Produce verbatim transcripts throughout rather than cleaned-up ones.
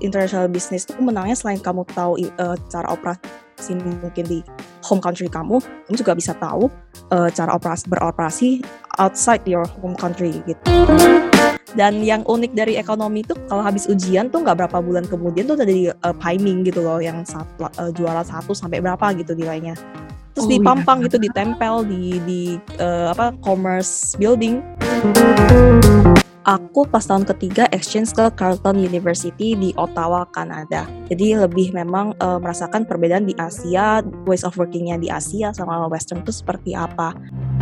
international business itu menangnya selain kamu tahu uh, cara operasi mungkin di home country kamu, kamu juga bisa tahu uh, cara operasi beroperasi outside your home country gitu. Dan yang unik dari ekonomi itu kalau habis ujian tuh nggak berapa bulan kemudian tuh udah jadi uh, priming gitu loh, yang satu, uh, juara satu sampai berapa gitu nilainya. Terus oh, dipampang iya. gitu, ditempel di di uh, apa commerce building. Aku pas tahun ketiga exchange ke Carleton University di Ottawa, Kanada. Jadi lebih memang uh, merasakan perbedaan di Asia, ways of workingnya di Asia sama Western itu seperti apa.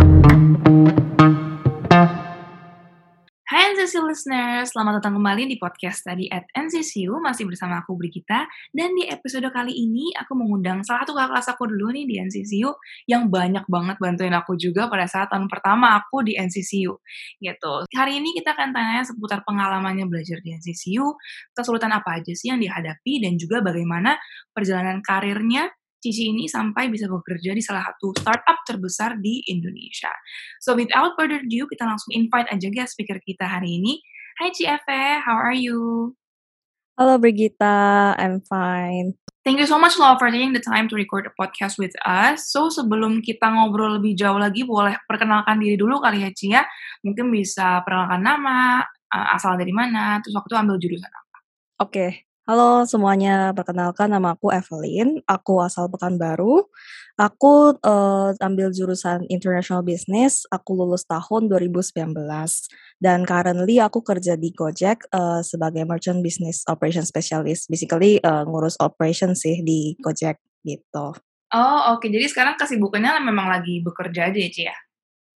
Hai N C C U listeners, selamat datang kembali di podcast Study at N C C U, masih bersama aku Brigita, dan di episode kali ini aku mengundang salah satu kakak kelas aku dulu nih di N C C U yang banyak banget bantuin aku juga pada saat tahun pertama aku di N C C U gitu. Hari ini kita akan tanya seputar pengalamannya belajar di N C C U, kesulitan apa aja sih yang dihadapi, dan juga bagaimana perjalanan karirnya Cici ini sampai bisa bekerja di salah satu startup terbesar di Indonesia. So without further ado, kita langsung invite aja guest speaker kita hari ini. Hai Ci Eve, how are you? Halo Brigita, I'm fine. Thank you so much loh for taking the time to record a podcast with us. So sebelum kita ngobrol lebih jauh lagi, boleh perkenalkan diri dulu kali ya Ci ya. Mungkin bisa perkenalkan nama, asal dari mana, terus waktu itu ambil jurusan apa. Oke. Okay. Halo semuanya, perkenalkan nama aku Evelyn, aku asal Pekanbaru, aku uh, ambil jurusan International Business, aku lulus tahun dua ribu sembilan belas, dan currently aku kerja di Gojek uh, sebagai Merchant Business Operation Specialist, basically uh, ngurus operation sih di Gojek gitu. Oh oke, okay. Jadi sekarang kesibukannya memang lagi bekerja aja ya Ci ya?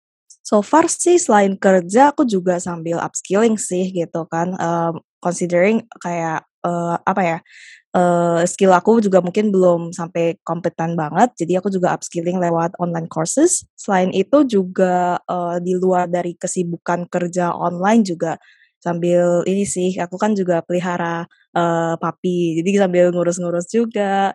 So far sih selain kerja aku juga sambil upskilling sih gitu kan, um, considering kayak Uh, apa ya, uh, skill aku juga mungkin belum sampai kompeten banget, jadi aku juga upskilling lewat online courses. Selain itu juga uh, di luar dari kesibukan kerja online juga sambil ini sih, aku kan juga pelihara uh, puppy, jadi sambil ngurus-ngurus juga,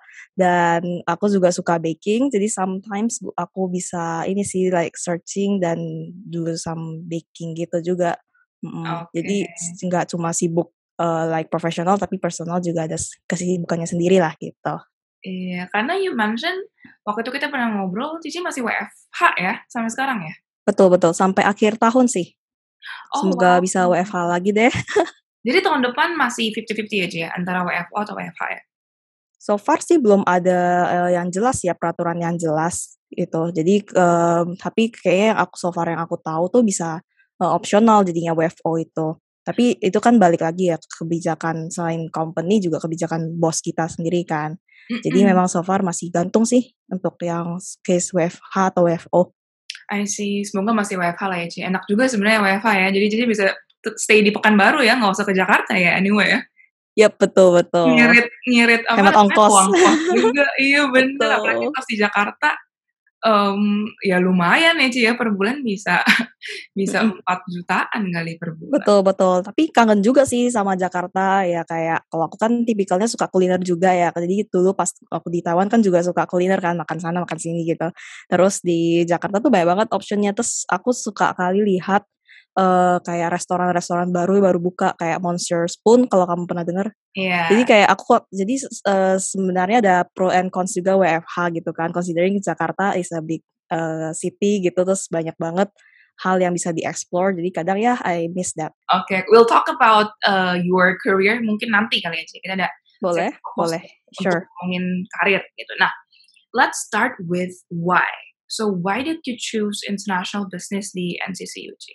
dan aku juga suka baking, jadi sometimes aku bisa ini sih like searching dan do some baking gitu juga. Mm-mm. Okay. Jadi nggak cuma sibuk Uh, like profesional tapi personal juga ada kesibukannya sendiri lah gitu. Iya, karena you mention waktu itu kita pernah ngobrol, Cici masih W F H ya sampai sekarang ya? Betul betul sampai akhir tahun sih. Oh, semoga wow. bisa W F H lagi deh. Jadi tahun depan masih fifty-fifty aja ya antara W F O atau W F H ya? So far sih belum ada uh, yang jelas ya, peraturan yang jelas gitu. Jadi um, tapi kayaknya yang aku so far yang aku tahu tuh bisa uh, opsional jadinya W F O itu. Tapi itu kan balik lagi ya kebijakan selain company juga kebijakan bos kita sendiri kan. Mm-mm. Jadi memang so far masih gantung sih untuk yang case W F H atau W F O. I see, semoga masih W F H lah ya Ci. Enak juga sebenarnya W F H ya. Jadi jadi bisa stay di Pekanbaru ya, nggak usah ke Jakarta ya anyway ya. Yap, betul betul. Ngirit ngirit apa? Hemat ongkos. Uang kos juga. Iya bener. Apalagi pas di Jakarta. Um, ya lumayan ya Ci ya, per bulan bisa bisa empat jutaan kali per bulan. Betul betul, tapi kangen juga sih sama Jakarta ya, kayak kalau aku kan tipikalnya suka kuliner juga ya, jadi dulu pas aku di Taiwan kan juga suka kuliner kan, makan sana makan sini gitu. Terus di Jakarta tuh banyak banget optionnya, terus aku suka kali lihat uh, kayak restoran-restoran baru baru buka kayak Monsieur Spoon kalau kamu pernah dengar. Iya. Yeah. Jadi kayak aku kok jadi uh, sebenarnya ada pro and cons juga W F H gitu kan, considering Jakarta is a big uh, city gitu, terus banyak banget hal yang bisa di-explore, jadi kadang ya I miss that. Oke, okay. We'll talk about uh, your career mungkin nanti kali ya, kita ada boleh, boleh, sure. Untuk ngomongin karir gitu. Nah, let's start with why. So why did you choose international business di N C C U, Ci?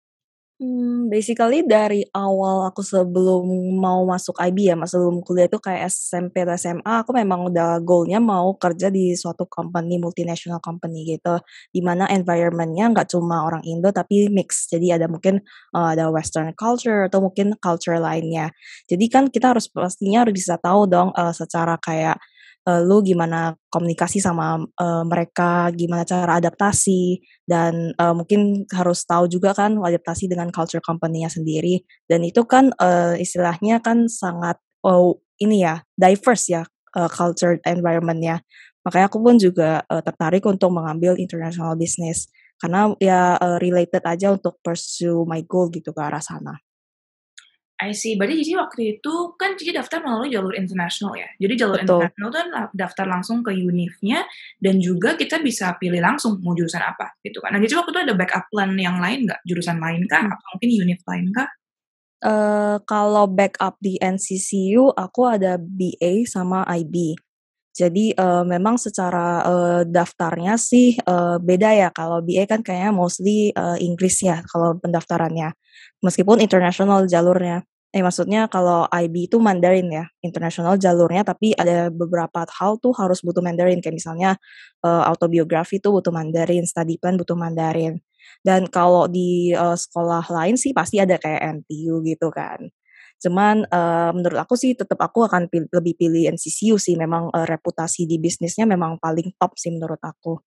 Hmm, basically dari awal aku sebelum mau masuk I B ya, sebelum kuliah itu kayak S M P atau S M A, aku memang udah goalnya mau kerja di suatu company, multinational company gitu, dimana environment-nya nggak cuma orang Indo tapi mix, jadi ada mungkin uh, ada Western culture atau mungkin culture lainnya. Jadi kan kita harus pastinya harus bisa tahu dong uh, secara kayak uh, lu gimana komunikasi sama uh, mereka, gimana cara adaptasi, dan uh, mungkin harus tahu juga kan adaptasi dengan culture company-nya sendiri, dan itu kan uh, istilahnya kan sangat oh ini ya diverse ya uh, culture environment-nya. Makanya aku pun juga uh, tertarik untuk mengambil international business karena ya uh, related aja untuk pursue my goal gitu ke arah sana. I see. Berarti Cici waktu itu kan Cici daftar melalui jalur internasional ya? Jadi jalur Betul. internasional tuh la daftar langsung ke univnya dan juga kita bisa pilih langsung mau jurusan apa, gitu kan. Nah, Cici waktu itu ada backup plan yang lain nggak? Jurusan lain kah? Mhm. Atau mungkin univ lain kah? Eee, kalau backup di N C C U aku ada B A sama I B. Jadi, eee, memang secara, eee, daftarnya sih, eee, beda ya, kalau B A kan kayaknya mostly, eee, Inggris ya kalau pendaftarannya, meskipun internasional jalurnya. Eh, maksudnya kalau I B itu Mandarin ya, internasional jalurnya tapi ada beberapa hal tuh harus butuh Mandarin, kayak misalnya, eee, autobiografi tuh butuh Mandarin, study plan butuh Mandarin. Dan kalau di, eee, sekolah lain sih pasti ada kayak N T U gitu kan. Cuman, eee, menurut aku sih tetep aku akan pil lebih pilih N C C U sih, memang, eee, reputasi di bisnisnya memang paling top sih menurut aku.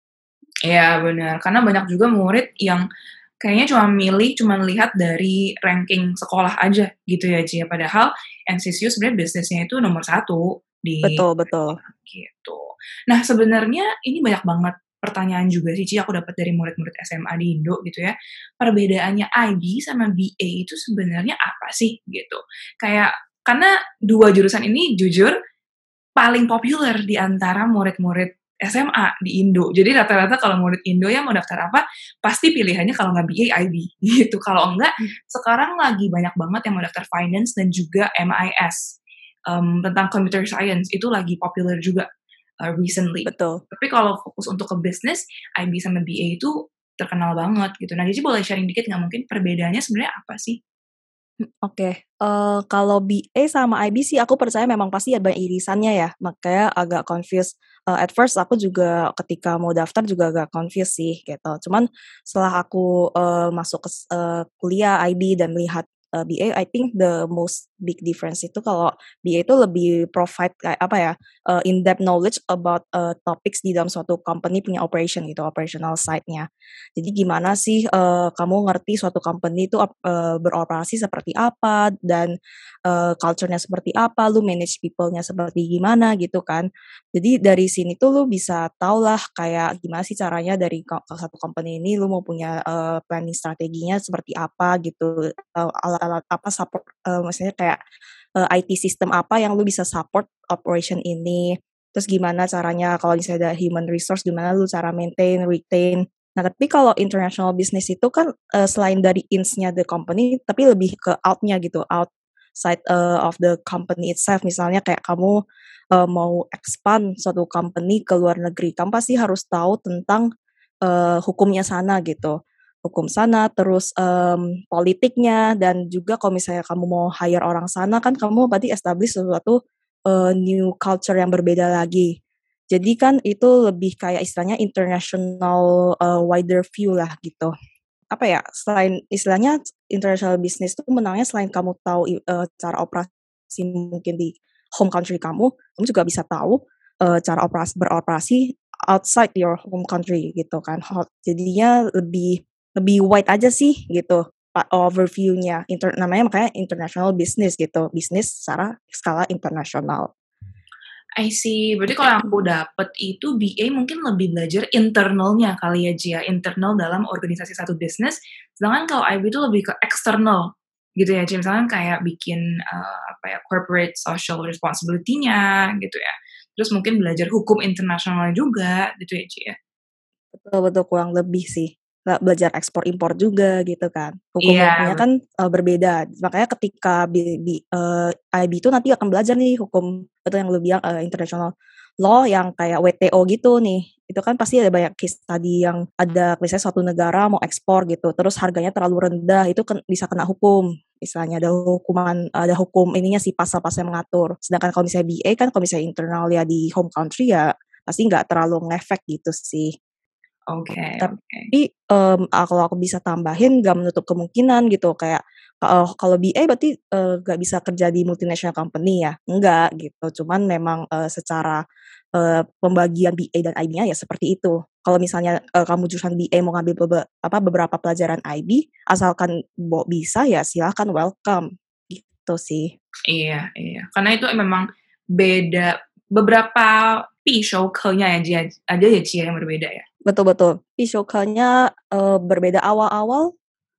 Iya bener, karena banyak juga murid yang kayaknya cuma milih, cuma lihat dari ranking sekolah aja gitu ya, Ci, ya. Padahal N C C U sebenarnya bisnisnya itu nomor satu di Betul betul. gitu. Nah, sebenarnya ini banyak banget pertanyaan juga sih, Ci, aku dapat dari murid-murid S M A di Indo gitu ya. Perbedaannya I B sama B A itu sebenarnya apa sih gitu. Kayak karena dua jurusan ini jujur paling populer di antara murid-murid S M A di Indo. Jadi rata-rata kalau murid Indo ya mau daftar apa, pasti pilihannya kalau nggak B A, I B gitu. Kalau enggak, Mmm. sekarang lagi banyak banget yang mau daftar finance dan juga M I S, mmm, tentang computer science itu lagi populer juga, eee, recently. Betul. Tapi kalau fokus untuk ke bisnis, I B sama B A itu terkenal banget gitu. Nah, Cici boleh sharing dikit nggak mungkin perbedaannya sebenarnya apa sih? Mmm, oke. Eee, kalau B A sama I B sih aku percaya memang pasti ada irisannya ya, makanya agak confused. Eee, at first aku juga ketika mau daftar juga agak confused sih gitu. Cuman setelah aku, eee, masuk ke s eee, kuliah I B dan melihat, eee, B A, I think the most big difference itu kalau B A itu lebih provide kayak apa ya, eee, in depth knowledge about, eee, topics di dalam suatu company punya operation gitu, operational side-nya. Jadi gimana sih, eee, kamu ngerti suatu company itu ap eee, beroperasi seperti apa dan, eee, culture-nya seperti apa, lu manage people-nya seperti gimana gitu kan. Jadi dari sini tuh lu bisa tahulah kayak gimana sih caranya dari ko ke satu company ini lu mau punya, eee, planning strateginya seperti apa gitu, eee, alat-alat apa support, eee, maksudnya kayak, eee, I T system apa yang lu bisa support operation ini. Terus gimana caranya kalau misalnya ada human resource, gimana lu cara maintain, retain. Nah, tapi kalau international business itu kan, eee, selain dari ins-nya the company, tapi lebih ke out-nya gitu, outside, eee, of the company itself. Misalnya kayak kamu, eee, mau expand suatu company ke luar negeri, kamu pasti harus tahu tentang, eee, hukumnya sana gitu. Hukum sana, terus, mmm, politiknya, dan juga kalau misalnya kamu mau hire orang sana kan kamu berarti establish sesuatu, eee, new culture yang berbeda lagi. Jadi kan itu lebih kayak istilahnya international, eee, wider view lah gitu. Apa ya, selain istilahnya international business tuh menangnya selain kamu tahu i eee, cara operasi mungkin di home country kamu, kamu juga bisa tahu, eee, cara operas beroperasi outside your home country gitu kan. Hot jadinya lebih lebih wide aja sih gitu, pa overview-nya, inter namanya makanya international business gitu, bisnis secara skala internasional. I see. Berarti kalau yang aku dapet itu B A mungkin lebih belajar internal-nya kali ya, Ci, ya, internal dalam organisasi satu bisnis, sedangkan kalau I B itu lebih ke eksternal gitu ya, Ci. Misalkan kayak bikin, eee, apa ya, corporate social responsibility-nya gitu ya. Terus mungkin belajar hukum internasionalnya juga gitu ya, Ci, ya? Betul betul, kurang lebih sih. Nggak belajar ekspor impor juga gitu kan. Iya, Hukum-hukumnya bet kan, eee, berbeda. Makanya ketika bi bi eee, I B itu nanti akan belajar nih hukum betul yang lu bilang, eee, international law yang kayak W T O gitu nih. Itu kan pasti ada banyak case study yang ada misalnya suatu negara mau ekspor gitu, terus harganya terlalu rendah, itu ken bisa kena hukum. Istilahnya ada hukuman ada hukum ininya sih, pasal-pasal yang mengatur. Sedangkan kalau misalnya B A kan kalau misalnya internal ya di home country ya, pasti nggak terlalu ngefek gitu sih. Oke oke. Tapi, mmm, ah, kalau aku bisa tambahin nggak menutup kemungkinan gitu kayak, heeh, kalau B A berarti, eee, nggak bisa kerja di multinational company ya? Enggak gitu, cuman memang, eee, secara, eee, pembagian B A dan I B-nya ya seperti itu. Kalau misalnya, eee, kamu jurusan B A mau ngambil bebe apa, beberapa pelajaran I B, asalkan bo bisa ya silahkan welcome, gitu sih. Iya iya, karena itu memang beda beberapa pisauke-nya ya, Ji, ya ada ya, Ci, ya yang berbeda ya? Betul betul. Pisauke-nya, eee, berbeda awal-awal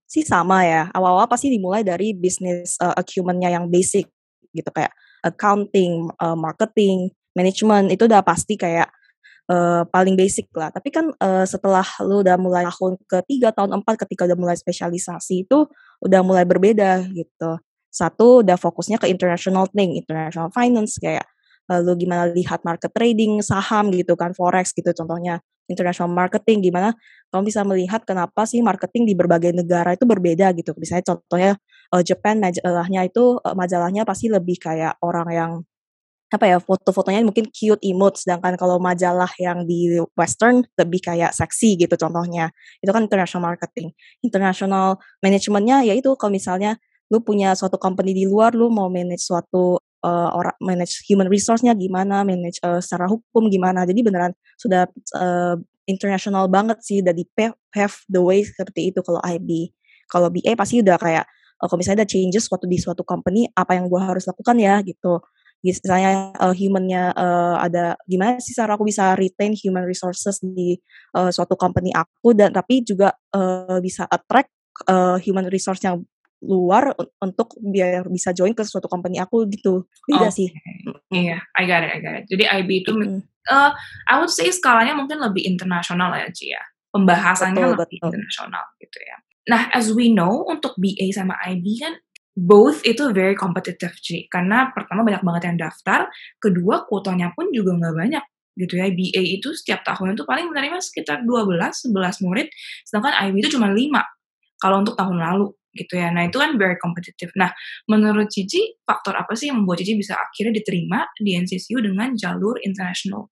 sih sama ya, awal-awal pasti dimulai dari bisnis, eee, acumen-nya yang basic gitu, kayak accounting, eee, marketing, management, itu udah pasti kayak, eee, paling basic lah. Tapi kan, eee, setelah lu udah mulai tahun ketiga, tahun empat ketika udah mulai spesialisasi itu udah mulai berbeda gitu. Satu udah fokusnya ke international thing, international finance kayak, eee, lu gimana lihat market trading, saham gitu kan, forex gitu contohnya. International marketing, gimana kamu bisa melihat kenapa sih marketing di berbagai negara itu berbeda gitu. Misalnya contohnya, eee, Japan majalahnya itu, eee, majalahnya pasti lebih kayak orang yang, apa ya, foto-fotonya mungkin cute, imut, sedangkan kalau majalah yang di western lebih kayak seksi gitu contohnya. Itu kan international marketing. International management-nya ya itu kalau misalnya lu punya suatu company di luar, lu mau manage suatu, eee, ora manage human resource-nya gimana, manage, eee, secara hukum gimana. Jadi beneran sudah, eee, international banget sih, udah di-pave pave the way seperti itu kalau I B. Kalau B A pasti udah kayak, eee, kalau misalnya ada changes suatu di suatu company, apa yang gua harus lakukan ya gitu. Misalnya, eee, human-nya, eee, ada gimana sih cara aku bisa retain human resources di, eee, suatu company aku dan tapi juga, eee, bisa attract, eee, human resource yang luar un untuk biar bisa join ke suatu company aku gitu, beda sih. Oke, Mhm. iya, I got it I got it. Jadi I B itu mi Mhm. eee, I would say skalanya mungkin lebih internasional ya, Ci, ya. Pembahasannya Betul lebih betul. internasional gitu ya. Nah, as we know untuk B A sama I B kan both itu very competitive, Ci, karena pertama banyak banget yang daftar, kedua kuotanya pun juga nggak banyak gitu ya. B A itu setiap tahun itu paling menerima sekitar dua belas, sebelas murid, sedangkan I B itu cuma lima kalau untuk tahun lalu gitu ya. Nah, itu kan very competitive. Nah, menurut Cici, faktor apa sih yang membuat Cici bisa akhirnya diterima di N C C U dengan jalur international?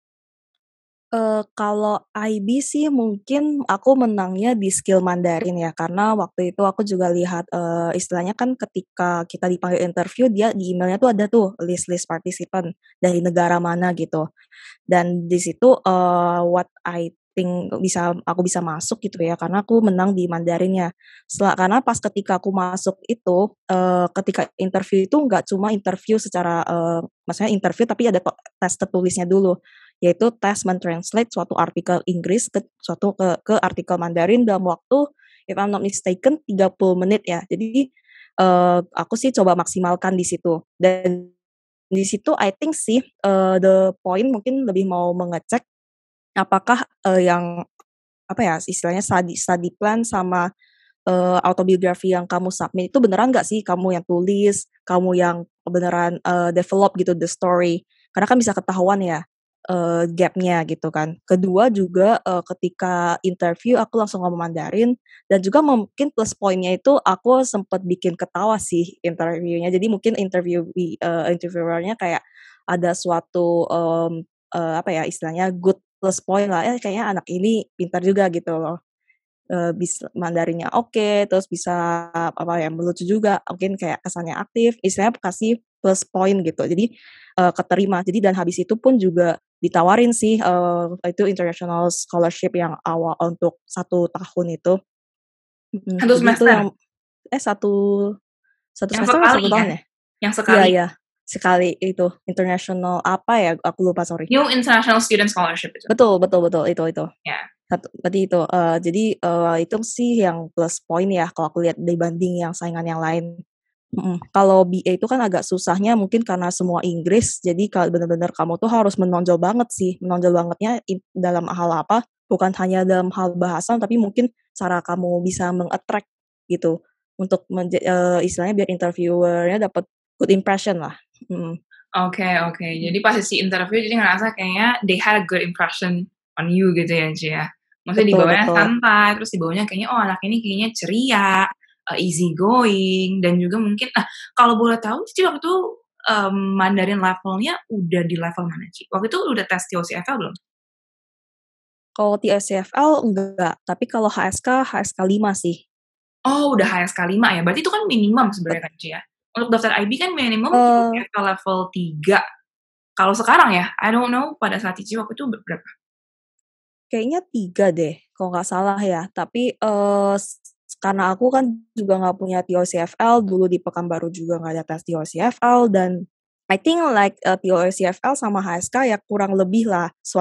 Eee, kalau I B sih mungkin aku menangnya di skill Mandarin ya, karena waktu itu aku juga lihat, eee, istilahnya kan ketika kita dipanggil interview dia di email-nya tuh ada tuh list-list participant dari negara mana gitu. Dan di situ, eee, what I think bisa aku bisa masuk gitu ya, karena aku menang di Mandarinnya. Setelah karena pas ketika aku masuk itu, eee, ketika interview itu nggak cuma interview secara, eee, maksudnya interview tapi ada to tes tertulisnya dulu, yaitu tes men-translate suatu artikel Inggris ke suatu ke ke artikel Mandarin dalam waktu if I'm not mistaken tiga puluh menit ya. Jadi, eee, aku sih coba maksimalkan di situ dan di situ I think sih, eee, the point mungkin lebih mau mengecek apakah, eee, yang apa ya, istilahnya study study plan sama, eee, autobiografi yang kamu submit itu beneran nggak sih kamu yang tulis, kamu yang beneran, eee, develop gitu the story. Karena kan bisa ketahuan ya, eee, gap-nya gitu kan. Kedua juga, eee, ketika interview aku langsung ngomong Mandarin dan juga mungkin plus point-nya itu aku sempet bikin ketawa sih interview-nya. Jadi mungkin interviewee eee, interviewer-nya kayak ada suatu, mmm, eee, apa ya, istilahnya good plus point lah, "Eh, kayaknya anak ini pintar juga," gitu loh. Eee, bis Mandarinnya oke, terus bisa apa ya, lucu juga, mungkin kayak kesannya aktif, istilahnya kasih plus point gitu. Jadi, eee, keterima. Jadi dan habis itu pun juga ditawarin sih, eee, itu international scholarship yang awal untuk satu tahun itu. Mhm, Satu jadi itu semester? yang eh satu satu Yang semester atau sekali satu ya? tahun ya? Yang Iya sekali? iya, sekali itu, international apa ya, aku lupa sorry. New International Student Scholarship itu? Betul betul betul, itu itu. Ya. Satu berarti itu, eee, jadi, eee, itu sih yang plus point ya kalau aku lihat dibanding yang saingan yang lain. Mhm, kalau B A itu kan agak susahnya mungkin karena semua Inggris, jadi kalau bener-bener kamu tuh harus menonjol banget sih, menonjol bangetnya in dalam hal apa, bukan hanya dalam hal bahasa, tapi mungkin cara kamu bisa meng-attract gitu, untuk menja eee, istilahnya biar interviewer-nya dapat good impression lah, mhm. Oke oke. Mhm. Jadi pas sesi interview jadi ngerasa kayaknya they had a good impression on you gitu ya, Ci, ya? Maksudnya Betul dibawanya betul. santai, terus dibawanya kayaknya, "Oh, anak ini kayaknya ceria, eee, easy going," dan juga mungkin ah, kalau boleh tahu Cici waktu itu, mmm, Mandarin levelnya udah di level mana, Ci? Waktu itu udah tes T O C F L belum? Kalau T S C F L enggak, tapi kalau H S K, H S K lima sih. Oh, udah H S K lima ya? Berarti itu kan minimum Bet sebenarnya kan, Ci, ya? Untuk daftar I B kan minimum T O C eee F L level tiga. Kalau sekarang ya, I don't know pada saat Cici waktu itu ber berapa? Kayaknya tiga deh, kalau nggak salah ya. Tapi, eee, s karena aku kan juga nggak punya T O C F L, dulu di Pekanbaru juga nggak ada tes T O C F L, dan I think like, eee, T O C F L sama H S K ya kurang lebih lah, suatu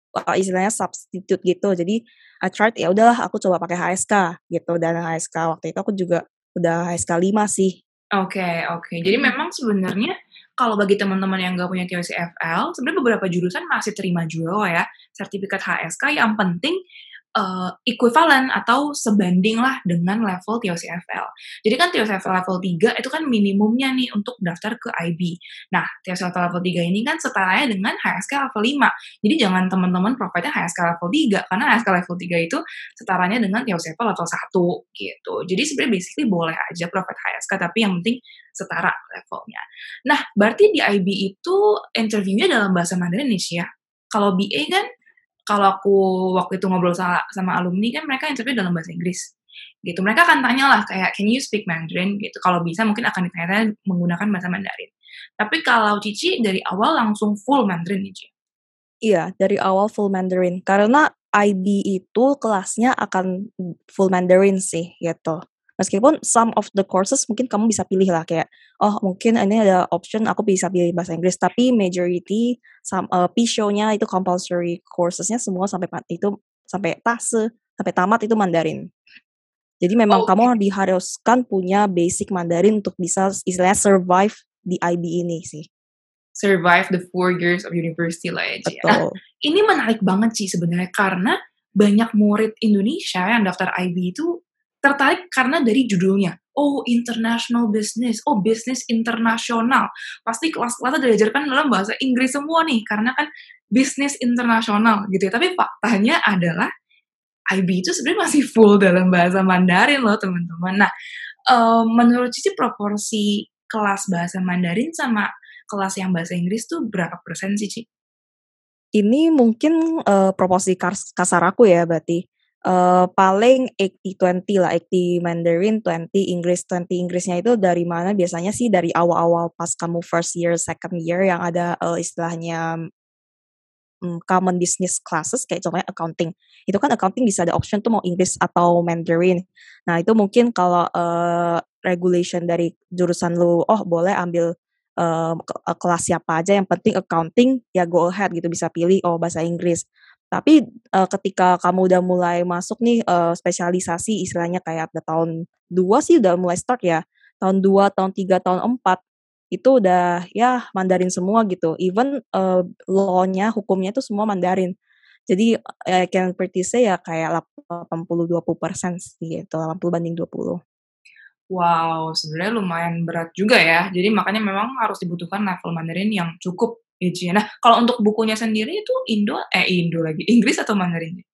uh, istilahnya substitute gitu. Jadi I tried, ya udahlah aku coba pakai H S K gitu, dan H S K waktu itu aku juga udah H S K lima sih. Oke oke. Jadi Mhm. memang sebenarnya kalau bagi teman-teman yang nggak punya T O C F L, sebenarnya beberapa jurusan masih terima juga kok ya sertifikat H S K, yang penting, eee, equivalent atau sebandinglah dengan level T O C F L. Jadi kan T O C F L level tiga itu kan minimumnya nih untuk daftar ke I B. Nah, T O C F L level tiga ini kan setaranya dengan H S K level lima. Jadi jangan teman-teman provide-nya H S K level tiga, karena H S K level tiga itu setaranya dengan T O C F L level satu gitu. Jadi sebenarnya basically boleh aja provide H S K, tapi yang penting setara levelnya. Nah, berarti di I B itu interviewnya dalam bahasa Mandarin nih, Ci, ya? Kalau B A kan, kalau aku waktu itu ngobrol sa sama alumni kan mereka interview dalam bahasa Inggris, gitu. Mereka akan tanyalah kayak, "Can you speak Mandarin?" Gitu. Kalau bisa mungkin akan ditanya-tanya menggunakan bahasa Mandarin. Tapi kalau Cici dari awal langsung full Mandarin nih, Ci? Iya, dari awal full Mandarin. Karena I B itu kelasnya akan full Mandarin sih, gitu. Meskipun some of the courses mungkin kamu bisa pilih lah kayak, oh mungkin ini ada option aku bisa pilih bahasa Inggris, tapi majority sam eee, P S H O-nya itu compulsory courses-nya semua sampai pa itu sampai tase, sampai tamat itu Mandarin. Jadi memang Oke. kamu diharuskan punya basic Mandarin untuk bisa istilahnya survive di I B ini sih. Survive the four years of university lah ya, Ci. Nah, Betul. ini menarik banget sih sebenarnya karena banyak murid Indonesia yang daftar I B itu tertarik karena dari judulnya. Oh, international business, oh bisnis internasional. Pasti kelas-kelasnya diajarkan dalam bahasa Inggris semua nih, karena kan bisnis internasional gitu ya. Tapi faktanya adalah I B itu sebenarnya masih full dalam bahasa Mandarin loh teman-teman. Nah, eee, menurut Cici proporsi kelas bahasa Mandarin sama kelas yang bahasa Inggris tuh berapa persen sih, Ci? Ini mungkin, eee, proporsi kars kasar aku ya berarti, eee, paling eighty twenty lah, eighty Mandarin, twenty English. twenty Inggrisnya itu dari mana, biasanya sih dari awal-awal pas kamu first year, second year yang ada, eee, istilahnya mmm, common business classes kayak contohnya accounting. Itu kan accounting bisa ada option tuh mau English atau Mandarin. Nah itu mungkin kalau, eee, regulation dari jurusan lu, oh boleh ambil, eee, ke eee, kelas siapa aja yang penting accounting, ya go ahead gitu bisa pilih, oh bahasa Inggris. Tapi, eee, ketika kamu udah mulai masuk nih, eee, spesialisasi istilahnya kayak ada tahun dua sih udah mulai start ya, tahun dua, tahun tiga, tahun empat, itu udah ya Mandarin semua gitu. Even, eee, law-nya, hukumnya itu semua Mandarin. Jadi, I can pretty say ya kayak lap delapan puluh, dua puluh persen sih gitu, delapan puluh banding dua puluh. Wow, sebenarnya lumayan berat juga ya. Jadi makanya memang harus dibutuhkan level Mandarin yang cukup ya, Ci, ya. Nah, kalau untuk bukunya sendiri itu Indo eh, Indo lagi, Inggris atau Mandarin, Ci?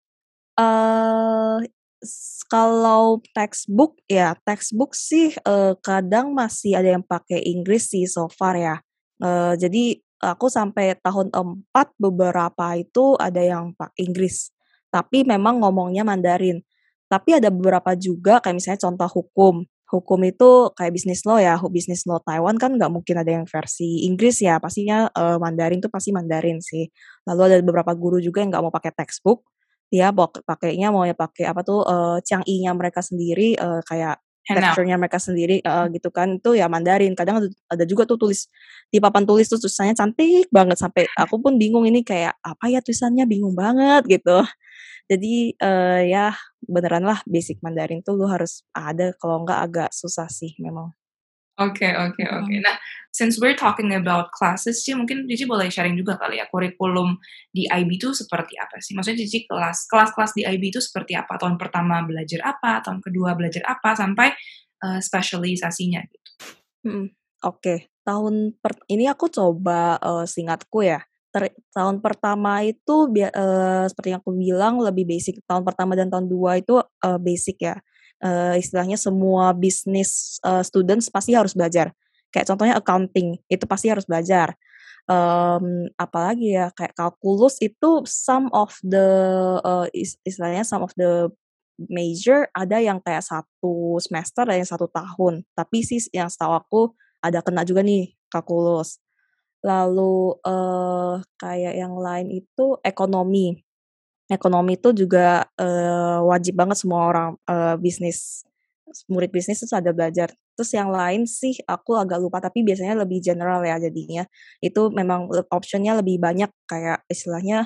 Eee, s kalau textbook ya, textbook sih, eee, kadang masih ada yang pakai Inggris sih so far ya. Eee, jadi aku sampai tahun empat beberapa itu ada yang pak Inggris, tapi memang ngomongnya Mandarin. Tapi ada beberapa juga kayak misalnya contoh hukum, hukum itu kayak business law ya, hu business law Taiwan kan nggak mungkin ada yang versi Inggris ya, pastinya, eee, Mandarin tuh pasti Mandarin sih. Lalu ada beberapa guru juga yang nggak mau pakai textbook, dia bok pakainya maunya pakai apa tuh, eee, Qiang-Yi-nya mereka sendiri, eee, kayak Handout. lecture-nya mereka sendiri heeh, gitu kan, itu ya Mandarin. Kadang ada ada juga tuh tulis di papan tulis tuh tulisannya cantik banget, sampai aku pun bingung ini kayak apa ya tulisannya, bingung banget gitu. Jadi, eee, ya beneran lah basic Mandarin tuh lu harus ada, kalau enggak agak susah sih memang. Oke oke oke. Mhm. Nah, since we're talking about classes, Ci, mungkin Cici boleh sharing juga kali ya, kurikulum di I B itu seperti apa sih? Maksudnya Cici kelas kelas-kelas di I B itu seperti apa? Tahun pertama belajar apa, tahun kedua belajar apa, sampai, eee, spesialisasinya gitu. Mhm, oke. Tahun per ini aku coba, eee, seingatku ya, ter tahun pertama itu bia eee, seperti yang aku bilang lebih basic. Tahun pertama dan tahun dua itu, eee, basic ya, eee, istilahnya semua bisnis, eee, students pasti harus belajar. Kayak contohnya accounting, itu pasti harus belajar. Mmm, apalagi ya, kayak kalkulus itu some of the, eee, is istilahnya some of the major ada yang kayak satu semester, ada yang satu tahun. Tapi sih yang setahu aku ada kena juga nih kalkulus. Lalu, eee, kayak yang lain itu ekonomi. Ekonomi itu juga, eee, wajib banget semua orang, eee, bisnis, murid bisnis terus ada belajar. Terus yang lain sih aku agak lupa, tapi biasanya lebih general ya jadinya. Itu memang leb option-nya lebih banyak kayak istilahnya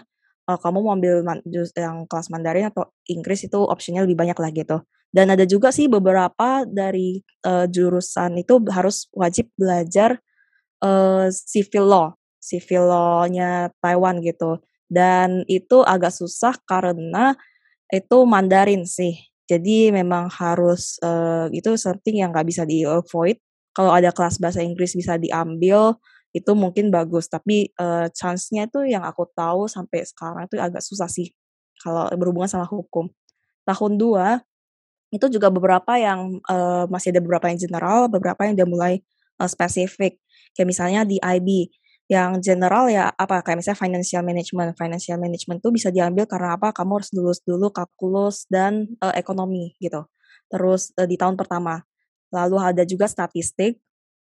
eee, kamu mau ambil man jus yang kelas Mandarin atau Inggris itu option-nya lebih banyak lah gitu. Dan ada juga sih beberapa dari, eee, jurusan itu harus wajib belajar, eee, civil law, civil law-nya Taiwan gitu. Dan itu agak susah karena itu Mandarin sih. Jadi memang harus, eee, itu something yang nggak bisa di-avoid. Kalau ada kelas bahasa Inggris bisa diambil, itu mungkin bagus. Tapi, eee, chance-nya itu yang aku tahu sampai sekarang itu agak susah sih, kalau berhubungan sama hukum. Tahun dua itu juga beberapa yang, eee, masih ada beberapa yang general, beberapa yang udah mulai, eee, spesifik. Kayak misalnya di I B, yang general ya apa, kayak misalnya financial management. Financial management tuh bisa diambil karena apa, kamu harus lulus dulu kalkulus dan, eee, ekonomi gitu. Terus, eee, di tahun pertama. Lalu ada juga statistik,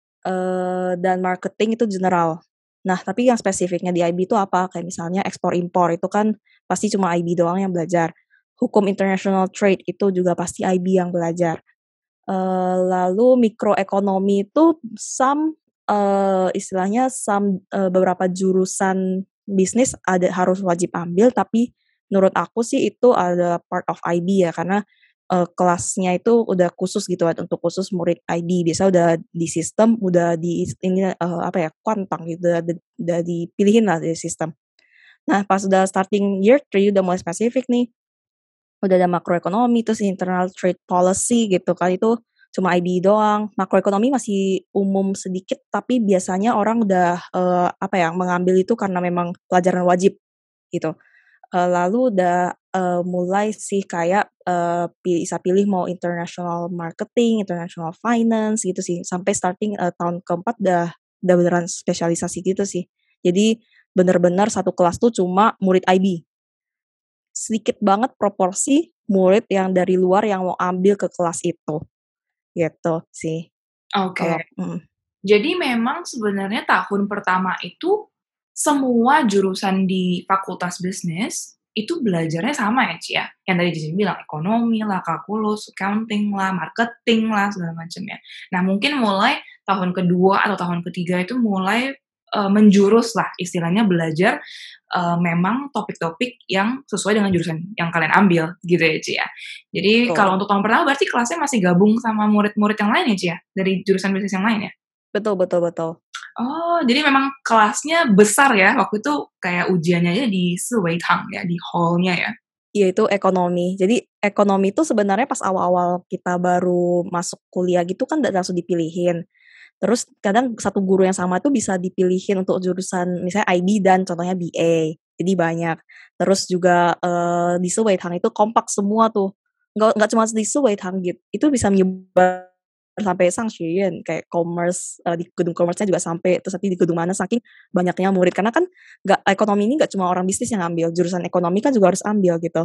eee, dan marketing itu general. Nah, tapi yang spesifiknya di I B itu apa, kayak misalnya ekspor impor itu kan pasti cuma I B doang yang belajar. Hukum international trade itu juga pasti I B yang belajar. Eee, lalu mikroekonomi itu some, eee, istilahnya some, eee, beberapa jurusan bisnis ada harus wajib ambil, tapi menurut aku sih itu ada part of I B ya, karena, eee, kelasnya itu udah khusus gitu kan, untuk khusus murid I B. Biasanya udah di sistem, udah di is ini, eee, apa ya, kuantang gitu, udah ded udah dipilihin lah dari sistem. Nah, pas udah starting year three udah mulai spesifik nih. Udah ada makroekonomi, terus internal trade policy gitu kan, itu cuma I B doang. Makroekonomi masih umum sedikit, tapi biasanya orang udah, eee, apa ya, mengambil itu karena memang pelajaran wajib, gitu. Eee, lalu udah, eee, mulai sih kayak, eee, pi bisa pilih mau international marketing, international finance gitu sih, sampai starting, eee, tahun keempat udah udah beneran spesialisasi gitu sih. Jadi bener-bener satu kelas tuh cuma murid I B. Sedikit banget proporsi murid yang dari luar yang mau ambil ke kelas itu, gitu sih. Oke. Kalau mhm, Jadi memang sebenarnya tahun pertama itu, semua jurusan di fakultas bisnis, itu belajarnya sama ya, Ci, ya? Yang tadi Cici bilang ekonomi lah, kalkulus, accounting lah, marketing lah, segala macam ya. Nah mungkin mulai tahun kedua atau tahun ketiga itu mulai, eee, menjurus lah istilahnya belajar, eee, memang topik-topik yang sesuai dengan jurusan yang kalian ambil gitu ya, Ci, ya? Jadi kalau betul. untuk tahun pertama berarti kelasnya masih gabung sama murid-murid yang lain ya, Ci, ya? Dari jurusan bisnis yang lain ya? Betul betul betul. Oh, jadi memang kelasnya besar ya, waktu itu kayak ujiannya aja di Suweitang ya, di hall-nya ya? Iya itu ekonomi. Jadi ekonomi itu sebenarnya pas awal-awal kita baru masuk kuliah gitu kan nggak langsung dipilihin. Terus kadang satu guru yang sama tuh bisa dipilihin untuk jurusan misalnya I B dan contohnya B A, jadi banyak. Terus juga, eee, di Suweitang itu kompak semua tuh, nggak nggak cuma di Suweitang git itu bisa menyebar sampai Sangsuyen, kayak commerce, eee, di gedung commerce-nya juga sampai, terus nanti di gedung mana saking banyaknya murid. Karena kan nggak ekonomi ini nggak cuma orang bisnis yang ambil, jurusan ekonomi kan juga harus ambil gitu.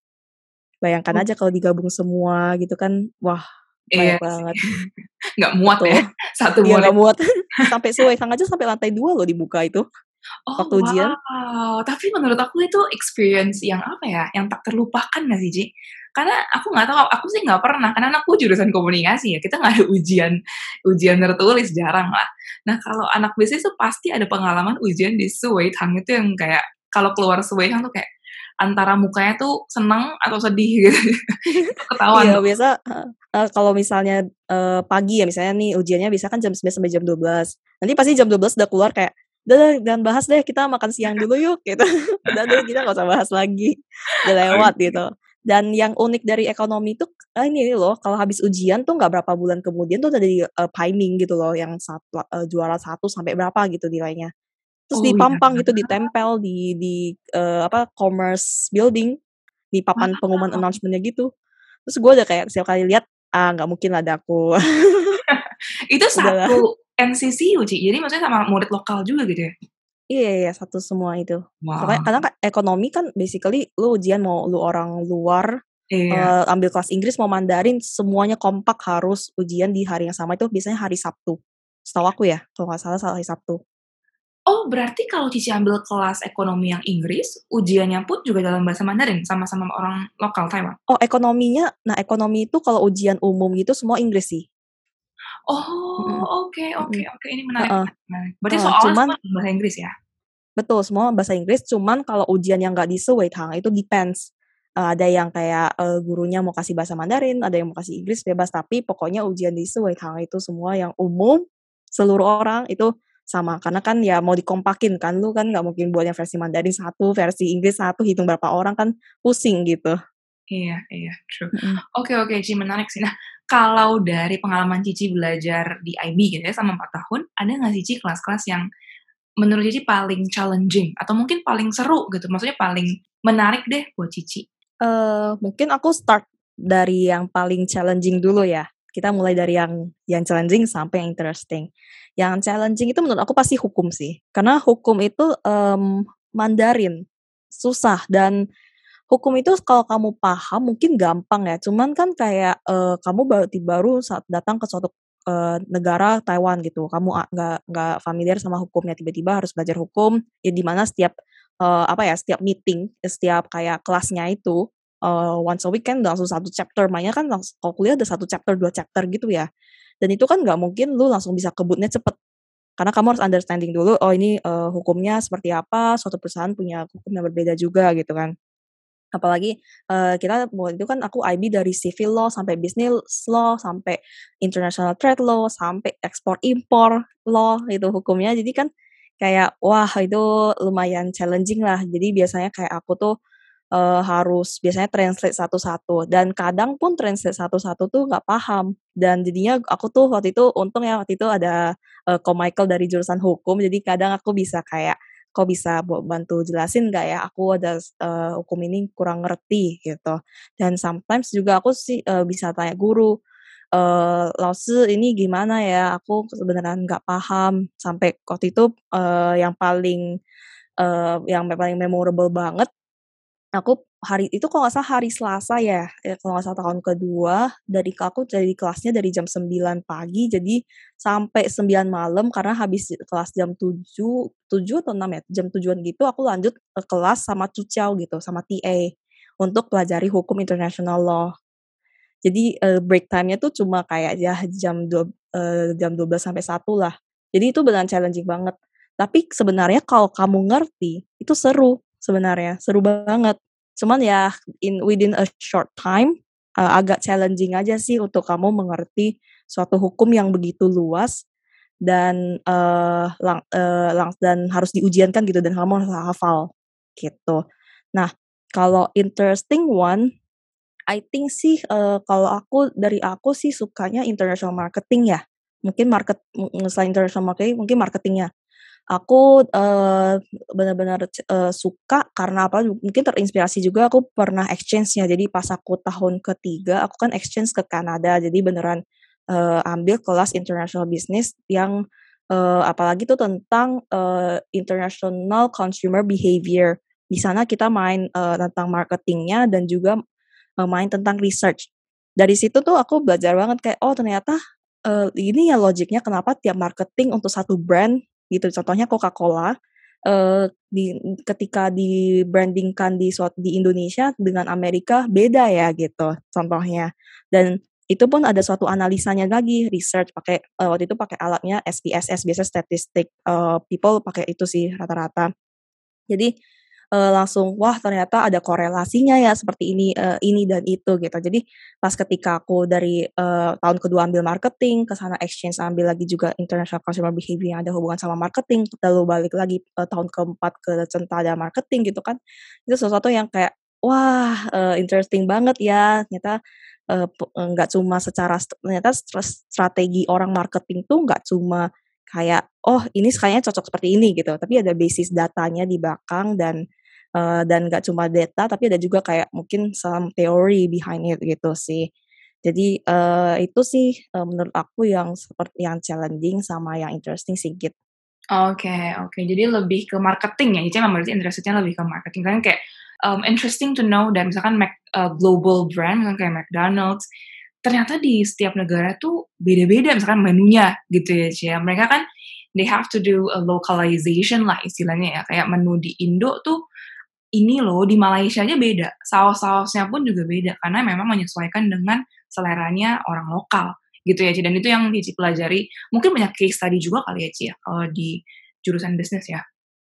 Bayangkan Oh, aja kalau digabung semua gitu kan, wah iya banyak sih, banget. nggak muat ya, Betul. satu Iya murid. nggak muat. Sampai Suweisang aja sampai lantai dua loh dibuka itu, Oh, waktu ujian. wow, tapi menurut aku itu experience yang apa ya, yang tak terlupakan nggak sih, Ci? Karena aku nggak tahu, aku sih nggak pernah, karena anakku jurusan komunikasi ya, kita nggak ada ujian ujian tertulis, jarang lah. Nah, kalau anak bisnis tuh pasti ada pengalaman ujian di Suweitang itu yang kayak, kalau keluar Suweitang tuh kayak, antara mukanya tuh seneng atau sedih gitu, itu ketahuan Iya tuh. biasa heeh, eee, kalau misalnya, eee, pagi ya misalnya nih ujiannya biasa kan jam sembilan sampai jam dua belas. Nanti pasti jam dua belas udah keluar kayak, "Udah deh jangan bahas deh, kita makan siang dulu yuk," gitu. "Udah deh kita nggak usah bahas lagi, udah lewat," Oke. gitu. Dan yang unik dari ekonomi itu, eee, ini loh, kalau habis ujian tuh nggak berapa bulan kemudian tuh udah di, eee, timing gitu loh yang sat eee, juara satu sampai berapa gitu nilainya. Terus Oh, iya. dipampang gitu, ditempel di di, eee, apa, commerce building, di papan pengumuman Wow, announcement-nya gitu. Terus gue udah kayak setiap kali lihat, "Ah, nggak mungkin lah ada aku." itu Udahlah. satu N C C U, Ci? Jadi maksudnya sama murid lokal juga gitu ya? Iya iya, satu semua itu. Pokoknya Wow, karena kan ekonomi kan basically lu ujian mau lu orang luar, iya. eee, ambil kelas Inggris mau Mandarin, semuanya kompak harus ujian di hari yang sama, itu biasanya hari Sabtu. Setahu aku ya, kalau nggak salah salah hari Sabtu. Oh, berarti kalau Cici ambil kelas ekonomi yang Inggris, ujiannya pun juga dalam bahasa Mandarin, sama-sama orang lokal Taiwan? Oh, ekonominya nah ekonomi itu kalau ujian umum gitu semua Inggris sih. Oh, Mhm oke oke mhm. oke, ini menarik Heeh menarik menarik. Berarti heeh, soalnya cuman semua dalam bahasa Inggris ya? Betul, semua bahasa Inggris, cuman kalau ujian yang nggak di Seweithang itu depends. Eee, ada yang kayak, eee, gurunya mau kasih bahasa Mandarin, ada yang mau kasih Inggris, bebas. Tapi pokoknya ujian di Seweithang itu semua yang umum, seluruh orang itu sama. Karena kan ya mau dikompakin kan, lu kan nggak mungkin buat yang versi Mandarin satu, versi Inggris satu, hitung berapa orang kan pusing gitu. Iya iya, true. Mhm. Oke oke, Ci, menarik sih. Nah, kalau dari pengalaman Cici belajar di I B gitu ya selama empat tahun, ada nggak sih, Ci, kelas-kelas yang menurut Cici paling challenging atau mungkin paling seru gitu, maksudnya paling menarik deh buat Cici? Eee, mungkin aku start dari yang paling challenging dulu ya. Kita mulai dari yang yang challenging sampai yang interesting. Yang challenging itu menurut aku pasti hukum sih, karena hukum itu, mmm, Mandarin, susah dan hukum itu kalau kamu paham mungkin gampang ya, cuman kan kayak, eee, kamu baru ti baru saat datang ke suatu, eee, negara Taiwan gitu, kamu a nggak nggak familiar sama hukumnya, tiba-tiba harus belajar hukum, ya di mana setiap, eee, apa ya, setiap meeting, setiap kayak kelasnya itu, eee, once a week kan langsung satu chapter, mainnya kan langs kalau kuliah ada satu chapter, dua chapter gitu ya. Dan itu kan nggak mungkin lu langsung bisa kebutnya cepet, karena kamu harus understanding dulu, oh ini, eee, hukumnya seperti apa, suatu perusahaan punya hukum yang berbeda juga gitu kan. Apalagi, eee, kita waktu itu kan aku I B dari civil law sampai business law, sampai international trade law, sampai ekspor impor law itu hukumnya. Jadi kan kayak, wah itu lumayan challenging lah. Jadi biasanya kayak aku tuh, eee, harus biasanya translate satu-satu dan kadang pun translate satu-satu tuh nggak paham. Dan jadinya aku tuh waktu itu untung ya waktu itu ada, eee, ko Michael dari jurusan hukum, jadi kadang aku bisa kayak, "Kok bisa bo bantu jelasin nggak ya? Aku ada s eee, hukum ini kurang ngerti," gitu. Dan sometimes juga aku sih, eee, bisa tanya guru, eee, "Laoshi ini gimana ya? Aku sebeneran nggak paham." Sampai waktu itu, eee, yang paling, eee, yang paling memorable banget, aku hari itu kalau nggak salah hari Selasa ya, ya kalau nggak salah tahun kedua, dari ke aku dari kelasnya dari jam sembilan pagi jadi sampai sembilan malam karena habis kelas jam tujuh, tujuh atau enam ya, jam tujuan gitu aku lanjut ke kelas sama Tuciao gitu, sama T A, untuk pelajari hukum international law. Jadi, eee, break time-nya tuh cuma kayak ya jam dua eee, jam dua belas sampai satu lah. Jadi itu beneran challenging banget. Tapi sebenarnya kalau kamu ngerti, itu seru sebenarnya, seru banget. Cuman ya in within a short time, eee, agak challenging aja sih untuk kamu mengerti suatu hukum yang begitu luas dan, eee, lang eee, langs dan harus diujiankan gitu dan kamu harus hafal, gitu. Nah, kalau interesting one, I think sih, eee, kalau aku dari aku sih sukanya international marketing ya. Mungkin market m m selain international marketing, mungkin marketing-nya. Aku, eee, benar-benar ce eee, suka karena apa, mungkin terinspirasi juga aku pernah exchange-nya. Jadi pas aku tahun ketiga, aku kan exchange ke Kanada, jadi beneran, eee, ambil kelas international business yang, eee, apalagi tuh tentang, eee, international consumer behavior. Di sana kita main, eee, tentang marketing-nya dan juga, eee, main tentang research. Dari situ tuh aku belajar banget kayak, oh ternyata, eee, ini ya logiknya kenapa tiap marketing untuk satu brand gitu, contohnya Coca-Cola, eee, di ketika di-branding-kan di suat di Indonesia dengan Amerika beda ya gitu contohnya. Dan itu pun ada suatu analisanya lagi, research pakai, eee, waktu itu pakai alatnya S P S S, biasanya statistic, eee, people pakai itu sih rata-rata. Jadi, eee, langsung, wah ternyata ada korelasinya ya seperti ini, eee, ini dan itu gitu. Jadi pas ketika aku dari, eee, tahun kedua ambil marketing, ke sana exchange ambil lagi juga international consumer behavior yang ada hubungan sama marketing, lalu balik lagi, eee, tahun keempat ke Centada Marketing gitu kan. Itu sesuatu yang kayak, wah, eee, interesting banget ya ternyata, eee, pe nggak cuma secara st ternyata stres strategi orang marketing tuh nggak cuma kayak, "Oh ini kayaknya cocok seperti ini," gitu, tapi ada basis datanya di belakang dan, eee, dan nggak cuma data, tapi ada juga kayak mungkin some theory behind it gitu sih. Jadi, eee, itu sih, eee, menurut aku yang seperti yang challenging sama yang interesting sih git Oke oke, jadi lebih ke marketing ya, Ica memang berarti interest-nya lebih ke marketing. Kan kayak, mmm, interesting to know dan misalkan Mac eee, global brand misalkan kayak McDonald's, ternyata di setiap negara tuh beda-beda misalkan menunya gitu ya, Ci, ya. Mereka kan they have to do a localization lah istilahnya ya, kayak menu di Indo tuh ini loh, di Malaysia aja beda, saos-saosnya pun juga beda karena memang menyesuaikan dengan seleranya orang lokal gitu ya, Ci, dan itu yang Cici pelajari. Mungkin banyak case study juga kali ya, Ci, ya, kalau di jurusan bisnis ya?